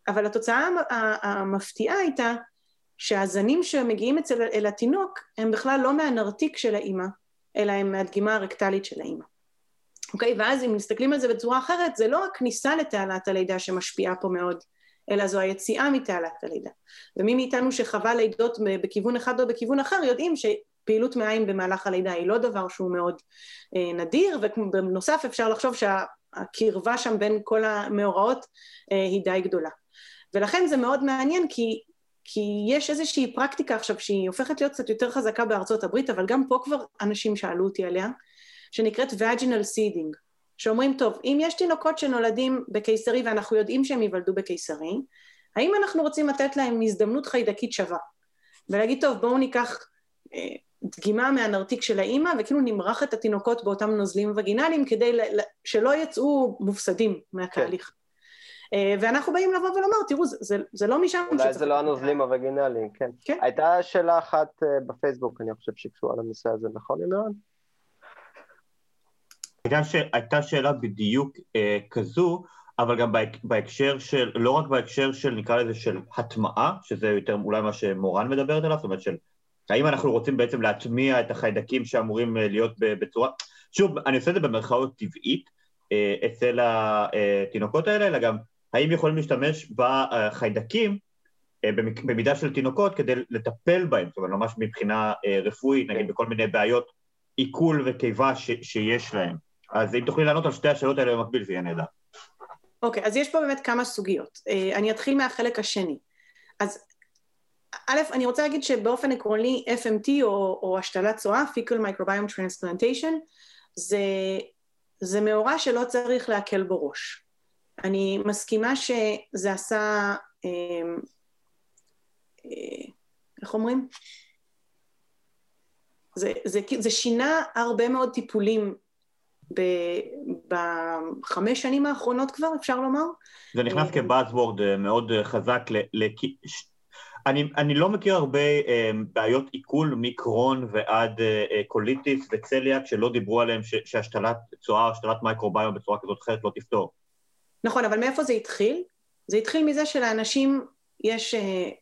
אבל התוצאה המפתיעה הייתה שהזנים שמגיעים אל התינוק הם בכלל לא מהנרתיק של האמא, אלא הם מהדגימה הרקטלית של האמא. אוקיי? ואז אם מסתכלים על זה בצורה אחרת, זה לא הכניסה לתעלת הלידה שמשפיעה פה מאוד, אלא זו היציאה מתעלת הלידה. ומי מאיתנו שחווה לידות בכיוון אחד או בכיוון אחר, יודעים שפעילות מעיים במהלך הלידה היא לא דבר שהוא מאוד נדיר, ובנוסף אפשר לחשוב שהקרבה שם בין כל המאורעות היא די גדולה. ולכן זה מאוד מעניין, כי יש איזושהי פרקטיקה עכשיו שהיא הופכת להיות קצת יותר חזקה בארצות הברית, אבל גם פה כבר אנשים שאלו אותי עליה, שנקראת vaginal seeding, שאומרים, טוב, אם יש תינוקות שנולדים בקיסרי ואנחנו יודעים שהם ייוולדו בקיסרי, האם אנחנו רוצים לתת להם הזדמנות חיידקית שווה? ולהגיד, טוב, בואו ניקח דגימה מהנרתיק של האמא, וכאילו נמרח את התינוקות באותם נוזלים וגינליים, כדי שלא יצאו מופסדים מהתהליך. ואנחנו באים לבוא ולומר, תראו, זה לא משם אולי זה לא הנוזלים הווגינליים, כן. הייתה שאלה אחת בפייסבוק, אני חושב שקשורה לנושא הזה, נכון, ימרן? הייתה שאלה בדיוק כזו, אבל גם בהקשר של, לא רק בהקשר של, נקרא לזה, של הטמעה, שזה יותר אולי מה שמורן מדברת עליו, זאת אומרת של, האם אנחנו רוצים בעצם להטמיע את החיידקים שאמורים להיות בצורה, שוב, אני עושה את זה במרכאות טבעית, אצל התינוקות האלה, אלא גם, האם יכולים להשתמש בחיידקים, במידה של תינוקות, כדי לטפל בהם, זאת אומרת, ממש מבחינה רפואית, נגיד בכל מיני בעיות, עיכול וקיבה שיש להם. אז אם תוכלי לענות על שתי השאלות האלה במקביל, זה יהיה נהדר. אוקיי, אז יש פה באמת כמה סוגיות. אני אתחיל מהחלק השני. אז א', אני רוצה להגיד שבאופן עקרוני, FMT או השתלת צואה, Fecal Microbiome Transplantation, זה מאורע שלא צריך להקל בו ראש. אני מסכימה שזה עשה, איך אומרים? זה שינה הרבה מאוד טיפולים ב5 שנים האחרונות כבר, אפשר לומר? זה נכנס כבאזוורד מאוד חזק, אני לא מכיר הרבה בעיות עיכול מקרון ועד קוליטיס וצליאק שלא דיברו עליהם שהשתלת צואה או השתלת מייקרוביום בצורה כזאת אחרת לא תפתור. נכון, אבל מאיפה זה התחיל? זה התחיל מזה שלאנשים יש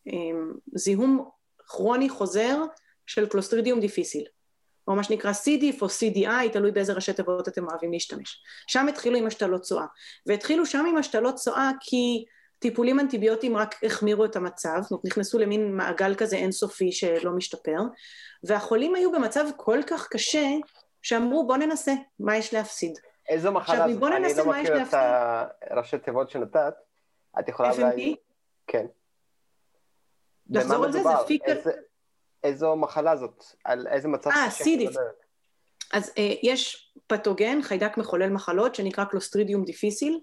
זיהום כרוני חוזר של קלוסטרידיום דיפיסיל, או מה שנקרא CDIF או CDI, תלוי באיזה ראשי תיבות אתם אוהבים להשתמש. שם התחילו עם השתלות צואה, והתחילו שם עם השתלות צואה כי טיפולים אנטיביוטיים רק החמירו את המצב, נכנסו למין מעגל כזה אינסופי שלא משתפר, והחולים היו במצב כל כך קשה, שאמרו בוא ננסה, מה יש להפסיד? איזו מחלה זאת? אני לא מכיר את הראשי תיבות שנתת, את יכולה אולי... כן. לחזור על זה, זה פיקל... איזו מחלה זאת? על איזה מצב... סידיף. אז יש פתוגן, חיידק מחולל מחלות, שנקרא קלוסטרידיום דיפיסיל,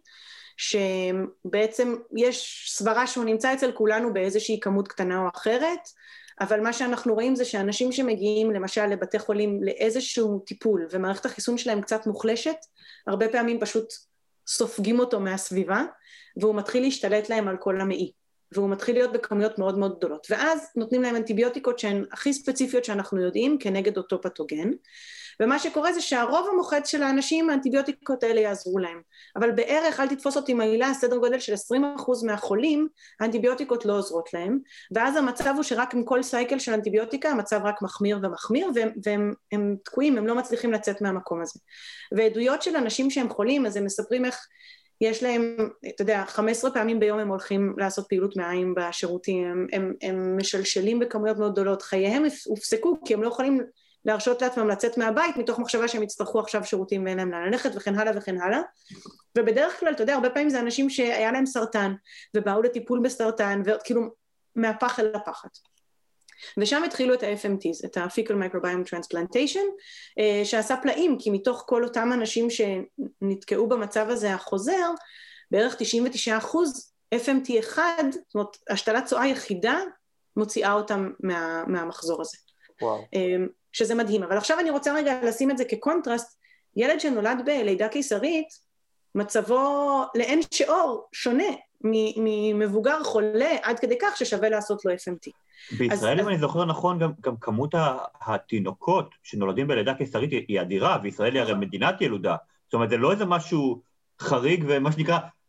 שבעצם יש סברה שהוא נמצא אצל כולנו באיזושהי כמות קטנה או אחרת, אבל מה שאנחנו רואים זה שאנשים שמגיעים למשל לבתי חולים לאיזשהו טיפול, ומערכת החיסון שלהם קצת מוחלשת, הרבה פעמים פשוט סופגים אותו מהסביבה, והוא מתחיל להשתלט להם על כל המעי. והוא מתחיל להיות בכמויות מאוד מאוד גדולות, ואז נותנים להם אנטיביוטיקות שהן הכי ספציפיות שאנחנו יודעים כנגד אותו פתוגן, ומה שקורה זה שהרוב המוחץ של האנשים, האנטיביוטיקות האלה יעזרו להם, אבל בערך, אל תתפוס אותי מהמילה, סדר גודל של 20% מהחולים, האנטיביוטיקות לא עוזרות להם, ואז המצב הוא שרק עם כל סייקל של אנטיביוטיקה, המצב רק מחמיר ומחמיר, והם תקועים, הם לא מצליחים לצאת מהמקום הזה. ועדויות של אנשים שהם חולים, אז הם מספרים איך, יש להם, אתה יודע, 15 פעמים ביום הם הולכים לעשות פעילות מעיים בשירותים, הם משלשלים בכמויות מאוד גדולות, חייהם הופסקו כי הם לא יכולים להרשות לעצמם לצאת מהבית, מתוך מחשבה שהם יצטרכו עכשיו שירותים ואין להם ללכת וכן הלאה וכן הלאה, ובדרך כלל, אתה יודע, הרבה פעמים זה אנשים שהיה להם סרטן, ובאו לטיפול בסרטן, וכאילו מהפח אל הפחת. ושם התחילו את ה-FMTs, את ה-Fecal Microbiome Transplantation, שעשה פלאים, כי מתוך כל אותם אנשים שנתקעו במצב הזה החוזר, בערך 99% FMT אחד, זאת אומרת, השתלת צואה יחידה, מוציאה אותם מהמחזור הזה. וואו. שזה מדהים. אבל עכשיו אני רוצה רגע לשים את זה כקונטרסט, ילד שנולד בלידה קיסרית, מצבו לאין שיעור שונה ממבוגר חולה, עד כדי כך ששווה לעשות לו FMT. בישראל, אם אני זוכר נכון, גם כמות התינוקות שנולדים בלידה קיסרית היא אדירה, וישראל היא הרי מדינת ילודה. זאת אומרת, זה לא איזה משהו חריג, ומה שנקרא,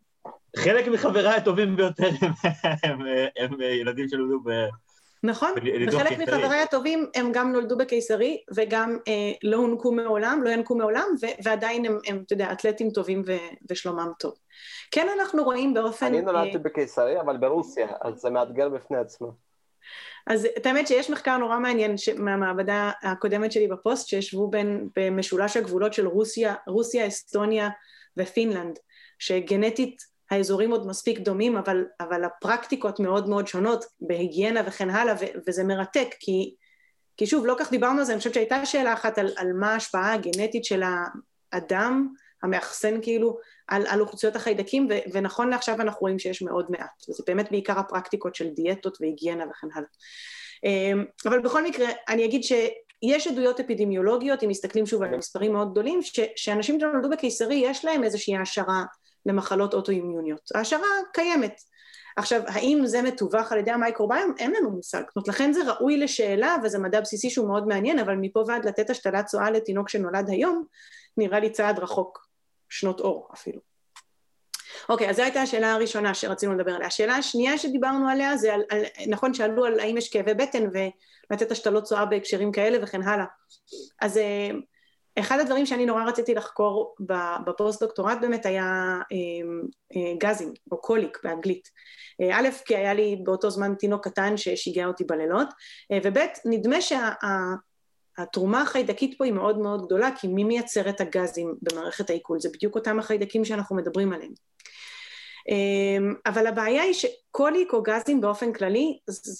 חלק מחבריי הטובים ביותר הם ילדים שנולדו נכון, וחלק מחבריי הטובים הם גם נולדו בקיסרי, וגם לא הונקו מעולם, לא ינקו מעולם, ועדיין הם, אתה יודע, אתלטים טובים ושלומם טוב. כן, אנחנו רואים באופן... אני נולדתי בקיסרי, אבל ברוסיה, אז זה מאתגר בפני עצמו. אז את האמת שיש מחקר נורא מעניין מהמעבדה הקודמת שלי בפוסט, שישבו במשולש הגבולות של רוסיה, אסטוניה ופינלנד, שגנטית האזורים עוד מספיק דומים, אבל הפרקטיקות מאוד מאוד שונות, בהיגיינה וכן הלאה, וזה מרתק, כי שוב, לא כך דיברנו על זה, אני חושבת שהייתה שאלה אחת על מה ההשפעה הגנטית של האדם, המאחסן כאילו, על אוכלוסיות החיידקים, ונכון לעכשיו אנחנו רואים שיש מאוד מעט, וזה באמת בעיקר הפרקטיקות של דיאטות והיגיינה וכן הלאה. אבל בכל מקרה, אני אגיד שיש עדויות אפידמיולוגיות, אם מסתכלים שוב על מספרים מאוד גדולים, שאנשים שנולדו בקיסרי, יש להם איזושהי העשרה למחלות אוטואימיוניות. ההשערה קיימת. עכשיו, האם זה מתווך על ידי המייקרוביום? אין לנו מושג. זאת אומרת, לכן זה ראוי לשאלה, וזה מדע בסיסי שהוא מאוד מעניין, אבל מפה ועד לתת השתלת צואה לתינוק שנולד היום, נראה לי צעד רחוק, שנות אור אפילו. אוקיי, אז זו הייתה השאלה הראשונה שרצינו לדבר עליה. השאלה השנייה שדיברנו עליה, זה נכון שאלו על האם יש כאבי בטן, ולתת השתלות צואה בהקשרים כאלה וכן הלאה. אז אחד הדברים שאני נורא רציתי לחקור בפוסט דוקטורט באמת היה גזים, או קוליק באנגלית. א', כי היה לי באותו זמן תינוק קטן ששיגע אותי בלילות, וב', נדמה שהתרומה החיידקית פה היא מאוד מאוד גדולה, כי מי מייצר את הגזים במערכת העיכול? זה בדיוק אותם החיידקים שאנחנו מדברים עליהם. אבל הבעיה היא שקוליק או גזים באופן כללי,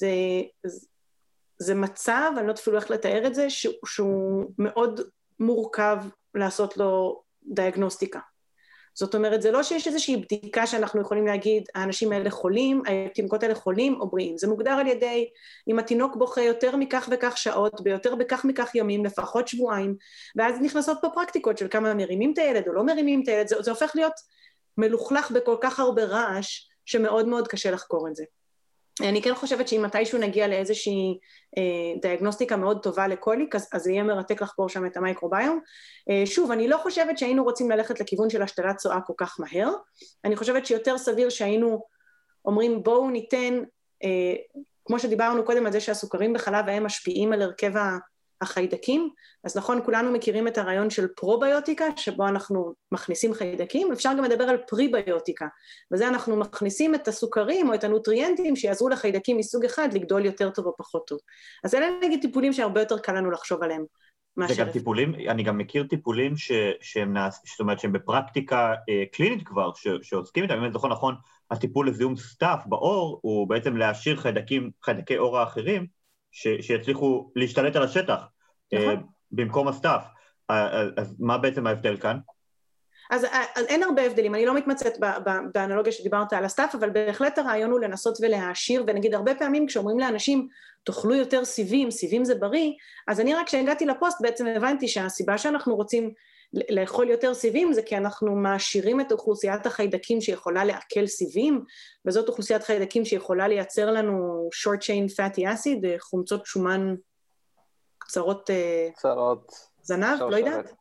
זה מצב, אני לא אפילו איך לתאר את זה, שהוא מאוד מורכב לעשות לו דיאגנוסטיקה. זאת אומרת, זה לא שיש איזושהי בדיקה שאנחנו יכולים להגיד, האנשים האלה חולים, התינוקות האלה חולים או בריאים. זה מוגדר על ידי, אם התינוק בוכה יותר מכך וכך שעות, ביותר בכך מכך ימים, לפחות שבועיים, ואז נכנסות פה פרקטיקות של כמה מרימים את הילד או לא מרימים את הילד, זה הופך להיות מלוכלך בכל כך הרבה רעש, שמאוד מאוד קשה לחקור את זה. אני כן חושבת שאם מתישהו נגיע לאיזושהי דיאגנוסטיקה מאוד טובה לקוליק, אז זה יהיה מרתק לחקור שם את המייקרוביום. שוב, אני לא חושבת שהיינו רוצים ללכת לכיוון של השתלת צואה כל כך מהר, אני חושבת שיותר סביר שהיינו אומרים בואו ניתן, כמו שדיברנו קודם על זה שהסוכרים בחלב הם משפיעים על הרכב החיידקים, אז נכון, כולנו מכירים את הרעיון של פרוביוטיקה, שבו אנחנו מכניסים חיידקים, אפשר גם לדבר על פריביוטיקה, וזה אנחנו מכניסים את הסוכרים או את הנוטריאנטים שיעזרו לחיידקים מסוג אחד לגדול יותר טוב או פחות טוב. אז אלה נגיד טיפולים שהרבה יותר קל לנו לחשוב עליהם. זה גם טיפולים, אני גם מכיר טיפולים זאת אומרת שהם בפרקטיקה קלינית כבר, שעוסקים איתם, אם אני זוכר נכון, הטיפול לזיהום סטאף בעור, הוא בעצם להשאיר חיידקי עור האחרים, שיצליחו להשתלט על השטח, במקום הסטאף. אז מה בעצם ההבדל כאן? אז אין הרבה הבדלים, אני לא מתמצאת באנלוגיה שדיברת על הסטאף, אבל בהחלט הרעיון הוא לנסות ולהעשיר, ונגיד הרבה פעמים כשאומרים לאנשים, תאכלו יותר סיבים, סיבים זה בריא, אז אני רק כשהגעתי לפוסט בעצם הבנתי שהסיבה שאנחנו רוצים לאכול יותר סיבים זה כי אנחנו מעשירים את אוכלוסיית החיידקים שיכולה לעכל סיבים, וזאת אוכלוסיית חיידקים שיכולה לייצר לנו short chain fatty acid, חומצות שומן קצרות זנב, לא יודעת.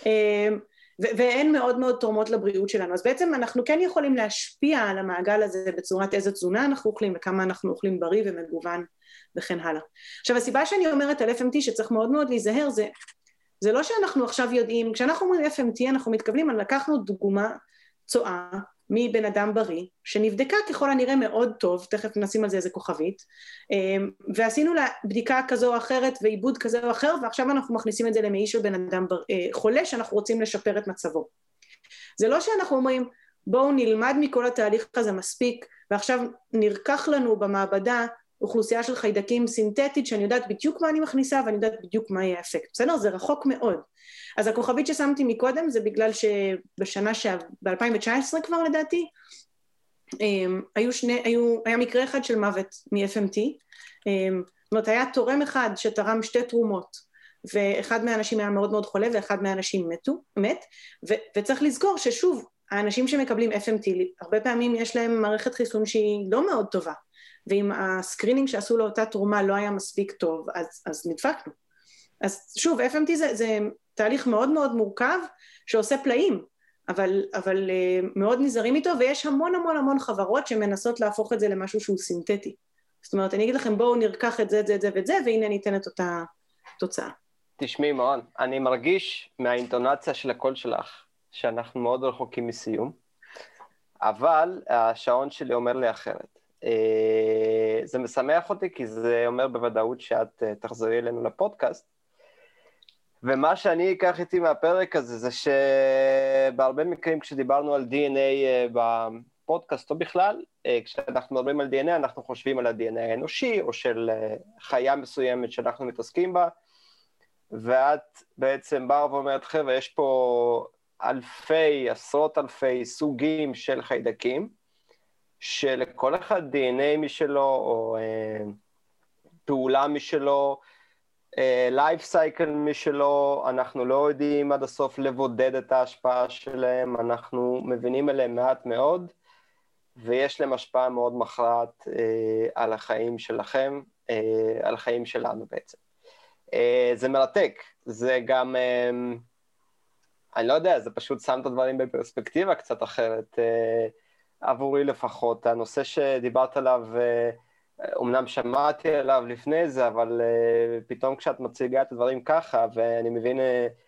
והן מאוד מאוד תורמות לבריאות שלנו, אז בעצם אנחנו כן יכולים להשפיע על המעגל הזה בצורת איזה תזונה אנחנו אוכלים, וכמה אנחנו אוכלים בריא ומגוון וכן הלאה. עכשיו הסיבה שאני אומרת על FMT שצריך מאוד מאוד להיזהר זה לא שאנחנו עכשיו יודעים, כשאנחנו אומרים FMT אנחנו מתכוונים, לקחנו דוגמה צואה מבן אדם בריא, שנבדקה ככל הנראה מאוד טוב, תכף נשים על זה איזה כוכבית, ועשינו לה בדיקה כזו או אחרת ועיבוד כזה או אחר, ועכשיו אנחנו מכניסים את זה למעי של בן אדם חולה שאנחנו רוצים לשפר את מצבו. זה לא שאנחנו אומרים, בואו נלמד מכל התהליך הזה מספיק, ועכשיו נרקח לנו במעבדה אוכלוסייה של חיידקים סינתטית, שאני יודעת בדיוק מה אני מכניסה, ואני יודעת בדיוק מה יהיה האפקט. בסדר? זה רחוק מאוד. אז הכוכבית ששמתי מקודם, זה בגלל שבשנה ב-2019 כבר לדעתי, היה מקרה אחד של מוות מ-FMT, זאת אומרת, היה תורם אחד שתרם 2 תרומות, ואחד מהאנשים היה מאוד מאוד חולה, ואחד מהאנשים מת, וצריך לזכור ששוב, האנשים שמקבלים FMT, הרבה פעמים יש להם מערכת חיסון שהיא לא מאוד טובה, ואם הסקרינינג שעשו לאותה תרומה לא היה מספיק טוב, אז נדפקנו. אז שוב, FMT זה תהליך מאוד מאוד מורכב, שעושה פלאים, אבל מאוד נזהרים איתו, ויש המון המון המון חברות שמנסות להפוך את זה למשהו שהוא סינתטי. זאת אומרת, אני אגיד לכם, בואו נרקח את זה, זה, זה וזה, והנה ניתן את אותה תוצאה. תשמעי מאוד, אני מרגיש מהאינטונציה של הקול שלך, שאנחנו מאוד רחוקים מסיום, אבל השעון שלי אומר לי אחרת. זה משמח אותי, כי זה אומר בוודאות שאת תחזרי אלינו לפודקאסט, ומה שאני אקח איתי מהפרק הזה, זה שבהרבה מקרים כשדיברנו על DNA בפודקאסט או בכלל, כשאנחנו מדברים על DNA, אנחנו חושבים על ה-DNA האנושי, או של חיה מסוימת שאנחנו מתעסקים בה, ואת בעצם באה ואומרת, חבר'ה, יש פה עשרות אלפי סוגים של חיידקים, שלכל אחד DNA משלו, או פעולה משלו, life cycle משלו, אנחנו לא יודעים עד הסוף לבודד את ההשפעה שלהם, אנחנו מבינים עליהם מעט מאוד, ויש להם השפעה מאוד מכרעת על החיים שלכם, על החיים שלנו בעצם. זה מרתק, זה גם, אני לא יודע, זה פשוט שם את הדברים בפרספקטיבה קצת אחרת, עבורי לפחות. הנושא שדיברת עליו, אמנם שמעתי עליו לפני זה, אבל פתאום כשאת מציגה את הדברים ככה, ואני מבין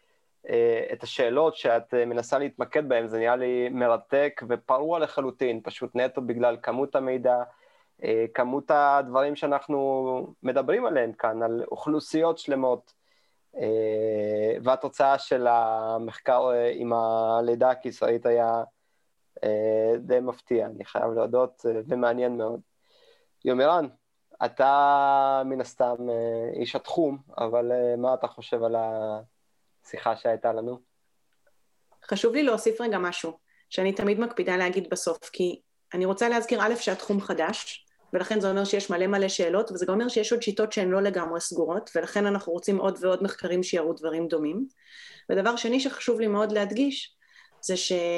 את השאלות שאת מנסה להתמקד בהן, זה נראה לי מרתק ופרוע לחלוטין, פשוט נטו בגלל כמות המידע, כמות הדברים שאנחנו מדברים עליהם כאן, על אוכלוסיות שלמות, והתוצאה של המחקר עם הלידה הקיסרית היה די מפתיע, אני חייב להודות, ומעניין מאוד. יומירן, אתה מן הסתם איש התחום, אבל מה אתה חושב על השיחה שהייתה לנו? חשוב לי להוסיף רגע משהו, שאני תמיד מקפידה להגיד בסוף, כי אני רוצה להזכיר א' שהתחום חדש, ולכן זה אומר שיש מלא מלא שאלות, וזה גם אומר שיש עוד שיטות שהן לא לגמרי סגורות, ולכן אנחנו רוצים עוד ועוד מחקרים שיראו דברים דומים. ודבר שני שחשוב לי מאוד להדגיש, זה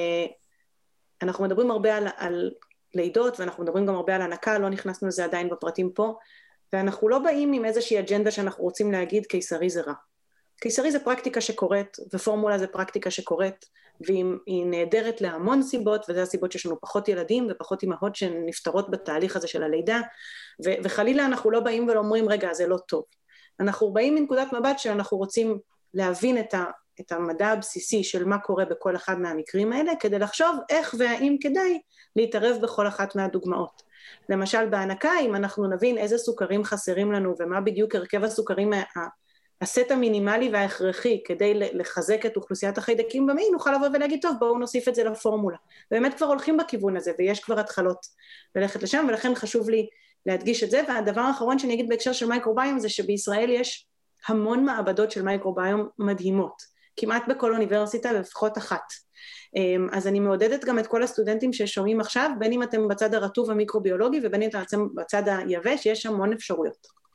שאנחנו מדברים הרבה על לידות, ואנחנו מדברים גם הרבה על הנקה, לא נכנסנו לזה עדיין בפרטים פה, ואנחנו לא באים עם איזושהי אג'נדה שאנחנו רוצים להגיד קיסרי זה רע. קיסרי זה פרקטיקה שקורית, ופורמולה זה פרקטיקה שקורית, והיא נהדרת להמון סיבות, וזה הסיבות שיש לנו פחות ילדים ופחות אמהות שנפטרות בתהליך הזה של הלידה, וחלילה אנחנו לא באים ואומרים, רגע, זה לא טוב. אנחנו באים מנקודת מבט שאנחנו רוצים להבין את המדע הבסיסי של מה קורה בכל אחד מהמקרים האלה, כדי לחשוב איך והאם כדאי להתערב בכל אחת מהדוגמאות. למשל בהנקה, אם אנחנו נבין איזה סוכרים חסרים לנו, ומה בדיוק הרכב הסוכרים הסט המינימלי וההכרחי כדי לחזק את אוכלוסיית החיידקים במעי, נוכל לבוא ולהגיד, טוב, בואו נוסיף את זה לפורמולה. באמת כבר הולכים בכיוון הזה, ויש כבר התחלות ללכת לשם, ולכן חשוב לי להדגיש את זה. והדבר האחרון שאני אגיד בהקשר של מייקרוביום, זה שבישראל יש המון מעבדות של מייקרוביום מדהימות, כמעט בכל אוניברסיטה ולפחות אחת. אז אני מעודדת גם את כל הסטודנטים ששומעים עכשיו, בין אם אתם בצד הרטוב המיקרוביולוגי, ובין אם אתם בצד היבש, יש המון אפשרויות.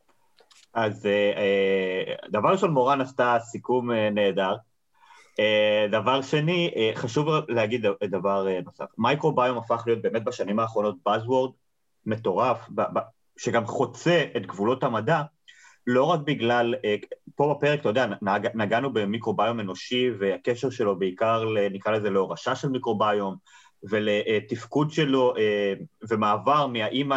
אז דבר ראשון, מורן עשתה סיכום נהדר. דבר שני, חשוב להגיד דבר נוסף. מייקרוביום הפך להיות באמת בשנים האחרונות buzzword מטורף, שגם חוצה את גבולות המדע, לא רק בגלל, פה בפרק, אתה יודע, נגענו במיקרוביום אנושי, והקשר שלו בעיקר, נקרא לזה, להורשה של מיקרוביום, ולתפקוד שלו, ומעבר מהאימא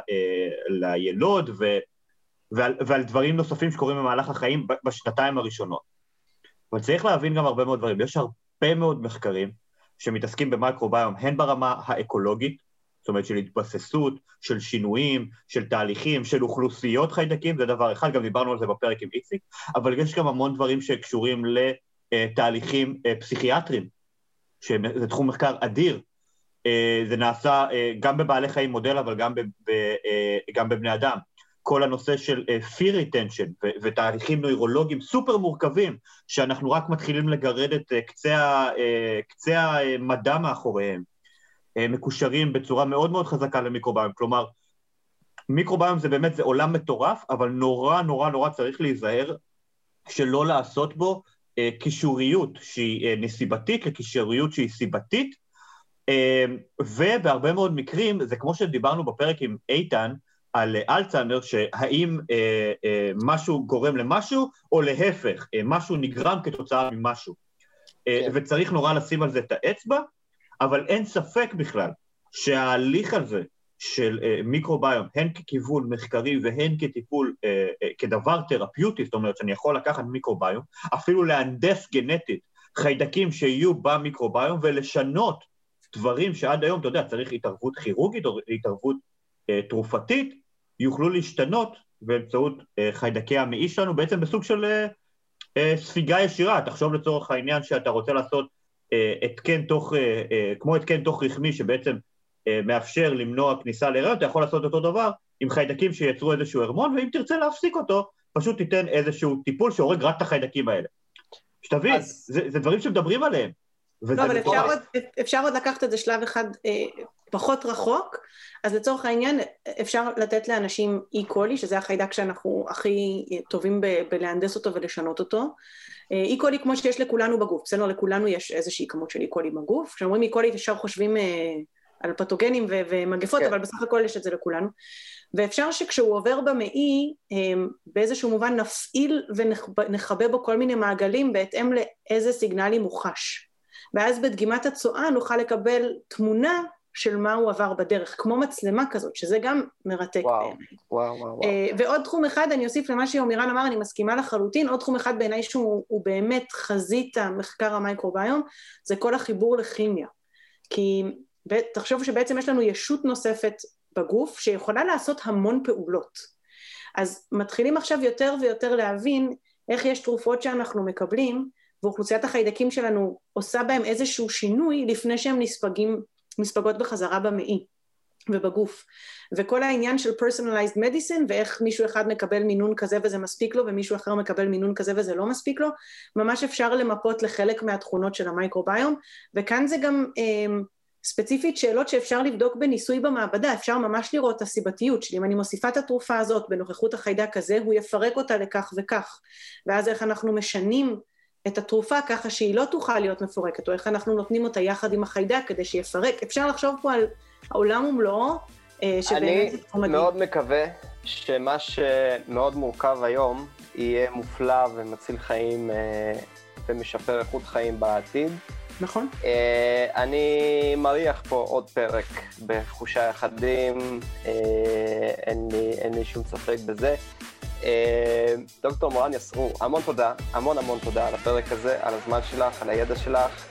לילוד, ועל דברים נוספים שקורים במהלך החיים בשנתיים הראשונות. אבל צריך להבין גם הרבה מאוד דברים. יש הרבה מאוד מחקרים שמתעסקים במייקרוביום, הן ברמה האקולוגית, זאת אומרת של התבססות, של שינויים, של תהליכים, של אוכלוסיות חיידקים, זה דבר אחד, גם דיברנו על זה בפרק עם איציק, אבל יש גם המון דברים שקשורים לתהליכים פסיכיאטריים, שזה תחום מחקר אדיר, זה נעשה גם בבעלי חיים מודל, אבל גם בבני אדם. כל הנושא של fear retention ותהליכים נוירולוגיים סופר מורכבים, שאנחנו רק מתחילים לגרד את קצה המדע מאחוריהם, מקושרים בצורה מאוד מאוד חזקה למיקרוביום. כלומר, מיקרוביום זה באמת, זה עולם מטורף, אבל נורא נורא נורא צריך להיזהר שלא לעשות בו קישוריות שהיא נסיבתית לקישוריות שהיא סיבתית, ובהרבה מאוד מקרים, זה כמו שדיברנו בפרק עם איתן, על אלצהיימר, שהאם משהו גורם למשהו, או להפך, משהו נגרם כתוצאה ממשהו. וצריך נורא לשים על זה את האצבע, אבל אין ספק בכלל שההליך הזה של מיקרוביום, הן ככיוון מחקרי והן כטיפול, כדבר תרפיוטי, זאת אומרת שאני יכול לקחת מיקרוביום, אפילו להנדס גנטית חיידקים שיהיו במיקרוביום ולשנות דברים שעד היום, אתה יודע, צריך התערבות כירורגית או התערבות תרופתית, יוכלו להשתנות באמצעות חיידקי המעי שלנו, בעצם בסוג של ספיגה ישירה. תחשוב לצורך העניין שאתה רוצה לעשות התקן כמו התקן תוך רחמי שבעצם מאפשר למנוע כניסה להיריון, אתה יכול לעשות אותו דבר עם חיידקים שיצרו איזשהו הרמון, ואם תרצה להפסיק אותו, פשוט תיתן איזשהו טיפול שהורג רק את החיידקים האלה. שתבין, זה דברים שמדברים עליהם. לא, אבל אפשר עוד לקחת את זה שלב אחד פחות רחוק, אז לצורך העניין אפשר לתת לאנשים אי-קולי, שזה החיידק שאנחנו הכי טובים בלהנדס אותו ולשנות אותו. אי-קולי כמו שיש לכולנו בגוף, בסדר, לכולנו יש איזושהי כמות של אי-קולי בגוף, כשאומרים אי-קולי ישר חושבים על פתוגנים ומגפות, אבל בסך הכל יש את זה לכולנו, ואפשר שכשהוא עובר במעי, באיזשהו מובן נפעיל ונחבא בו כל מיני מעגלים, בהתאם לאיזה סיגנלים הוא חש. ואז בדגימת הצואה נוכל לקבל תמונה של מה הוא עבר בדרך, כמו מצלמה כזאת, שזה גם מרתק. וואו. ועוד תחום אחד, אני אוסיף למה שיומירן אמר, אני מסכימה לחלוטין, עוד תחום אחד בעיניי שהוא באמת חזית המחקר המייקרוביום, זה כל החיבור לכימיה. כי תחשוב שבעצם יש לנו ישות נוספת בגוף, שיכולה לעשות המון פעולות. אז מתחילים עכשיו יותר ויותר להבין, איך יש תרופות שאנחנו מקבלים, ואוכלוסיית החיידקים שלנו עושה בהם איזשהו שינוי, לפני שהם מספגות בחזרה במעי ובגוף. וכל העניין של personalized medicine, ואיך מישהו אחד מקבל מינון כזה וזה מספיק לו, ומישהו אחר מקבל מינון כזה וזה לא מספיק לו, ממש אפשר למפות לחלק מהתכונות של המייקרוביום, וכאן זה גם ספציפית שאלות שאפשר לבדוק בניסוי במעבדה, אפשר ממש לראות את הסיבתיות שלי, אם אני מוסיפה את התרופה הזאת בנוכחות החיידק הזה, הוא יפרק אותה לכך וכך, ואז איך אנחנו משנים את התרופה ככה שהיא לא תוכל להיות מפורקת, או איך אנחנו נותנים אותה יחד עם החיידק כדי שיפרק. אפשר לחשוב פה על העולם ומלואו, אני מאוד מקווה שמה שמאוד מורכב היום יהיה מופלא ומציל חיים ומשפר איכות חיים בעתיד. נכון. אני מריח פה עוד פרק בחושי אחדים, אין לי שום ספק בזה. דוקטור מורן יסרו, המון תודה על הפרק הזה, על הזמן שלך, על הידע שלך.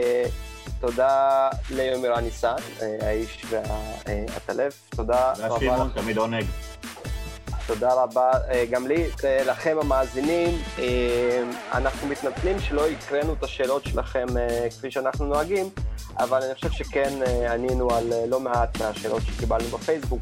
תודה ליומירן ניסן, האיש והטלף. תודה רבה. שמעון, תמיד עונג. תודה רבה גם לי, לכם המאזינים. אנחנו מתנצלים שלא הקראנו את השאלות שלכם כפי שאנחנו נוהגים, אבל אני חושב שכן ענינו על לא מעט מהשאלות שקיבלנו בפייסבוק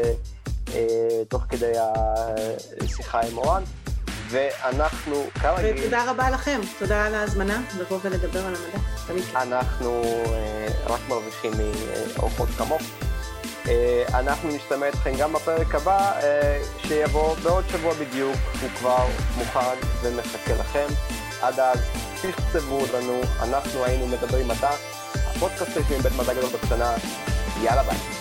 תוך כדי השיחה עם מורן, ואנחנו כרגיל... ותודה רבה לכם, תודה על ההזמנה לבוא ולדבר על המדע. אנחנו רק מרוויחים מאורחות כמוך. אנחנו נשתמע אתכם גם בפרק הבא, שיבוא בעוד שבוע בדיוק, הוא כבר מוכן ומחכה לכם. עד אז, תכתבו לנו, אנחנו היינו מדברים מדע, הפודקאסט מבית מדע גדול בקטנה, יאללה ביי.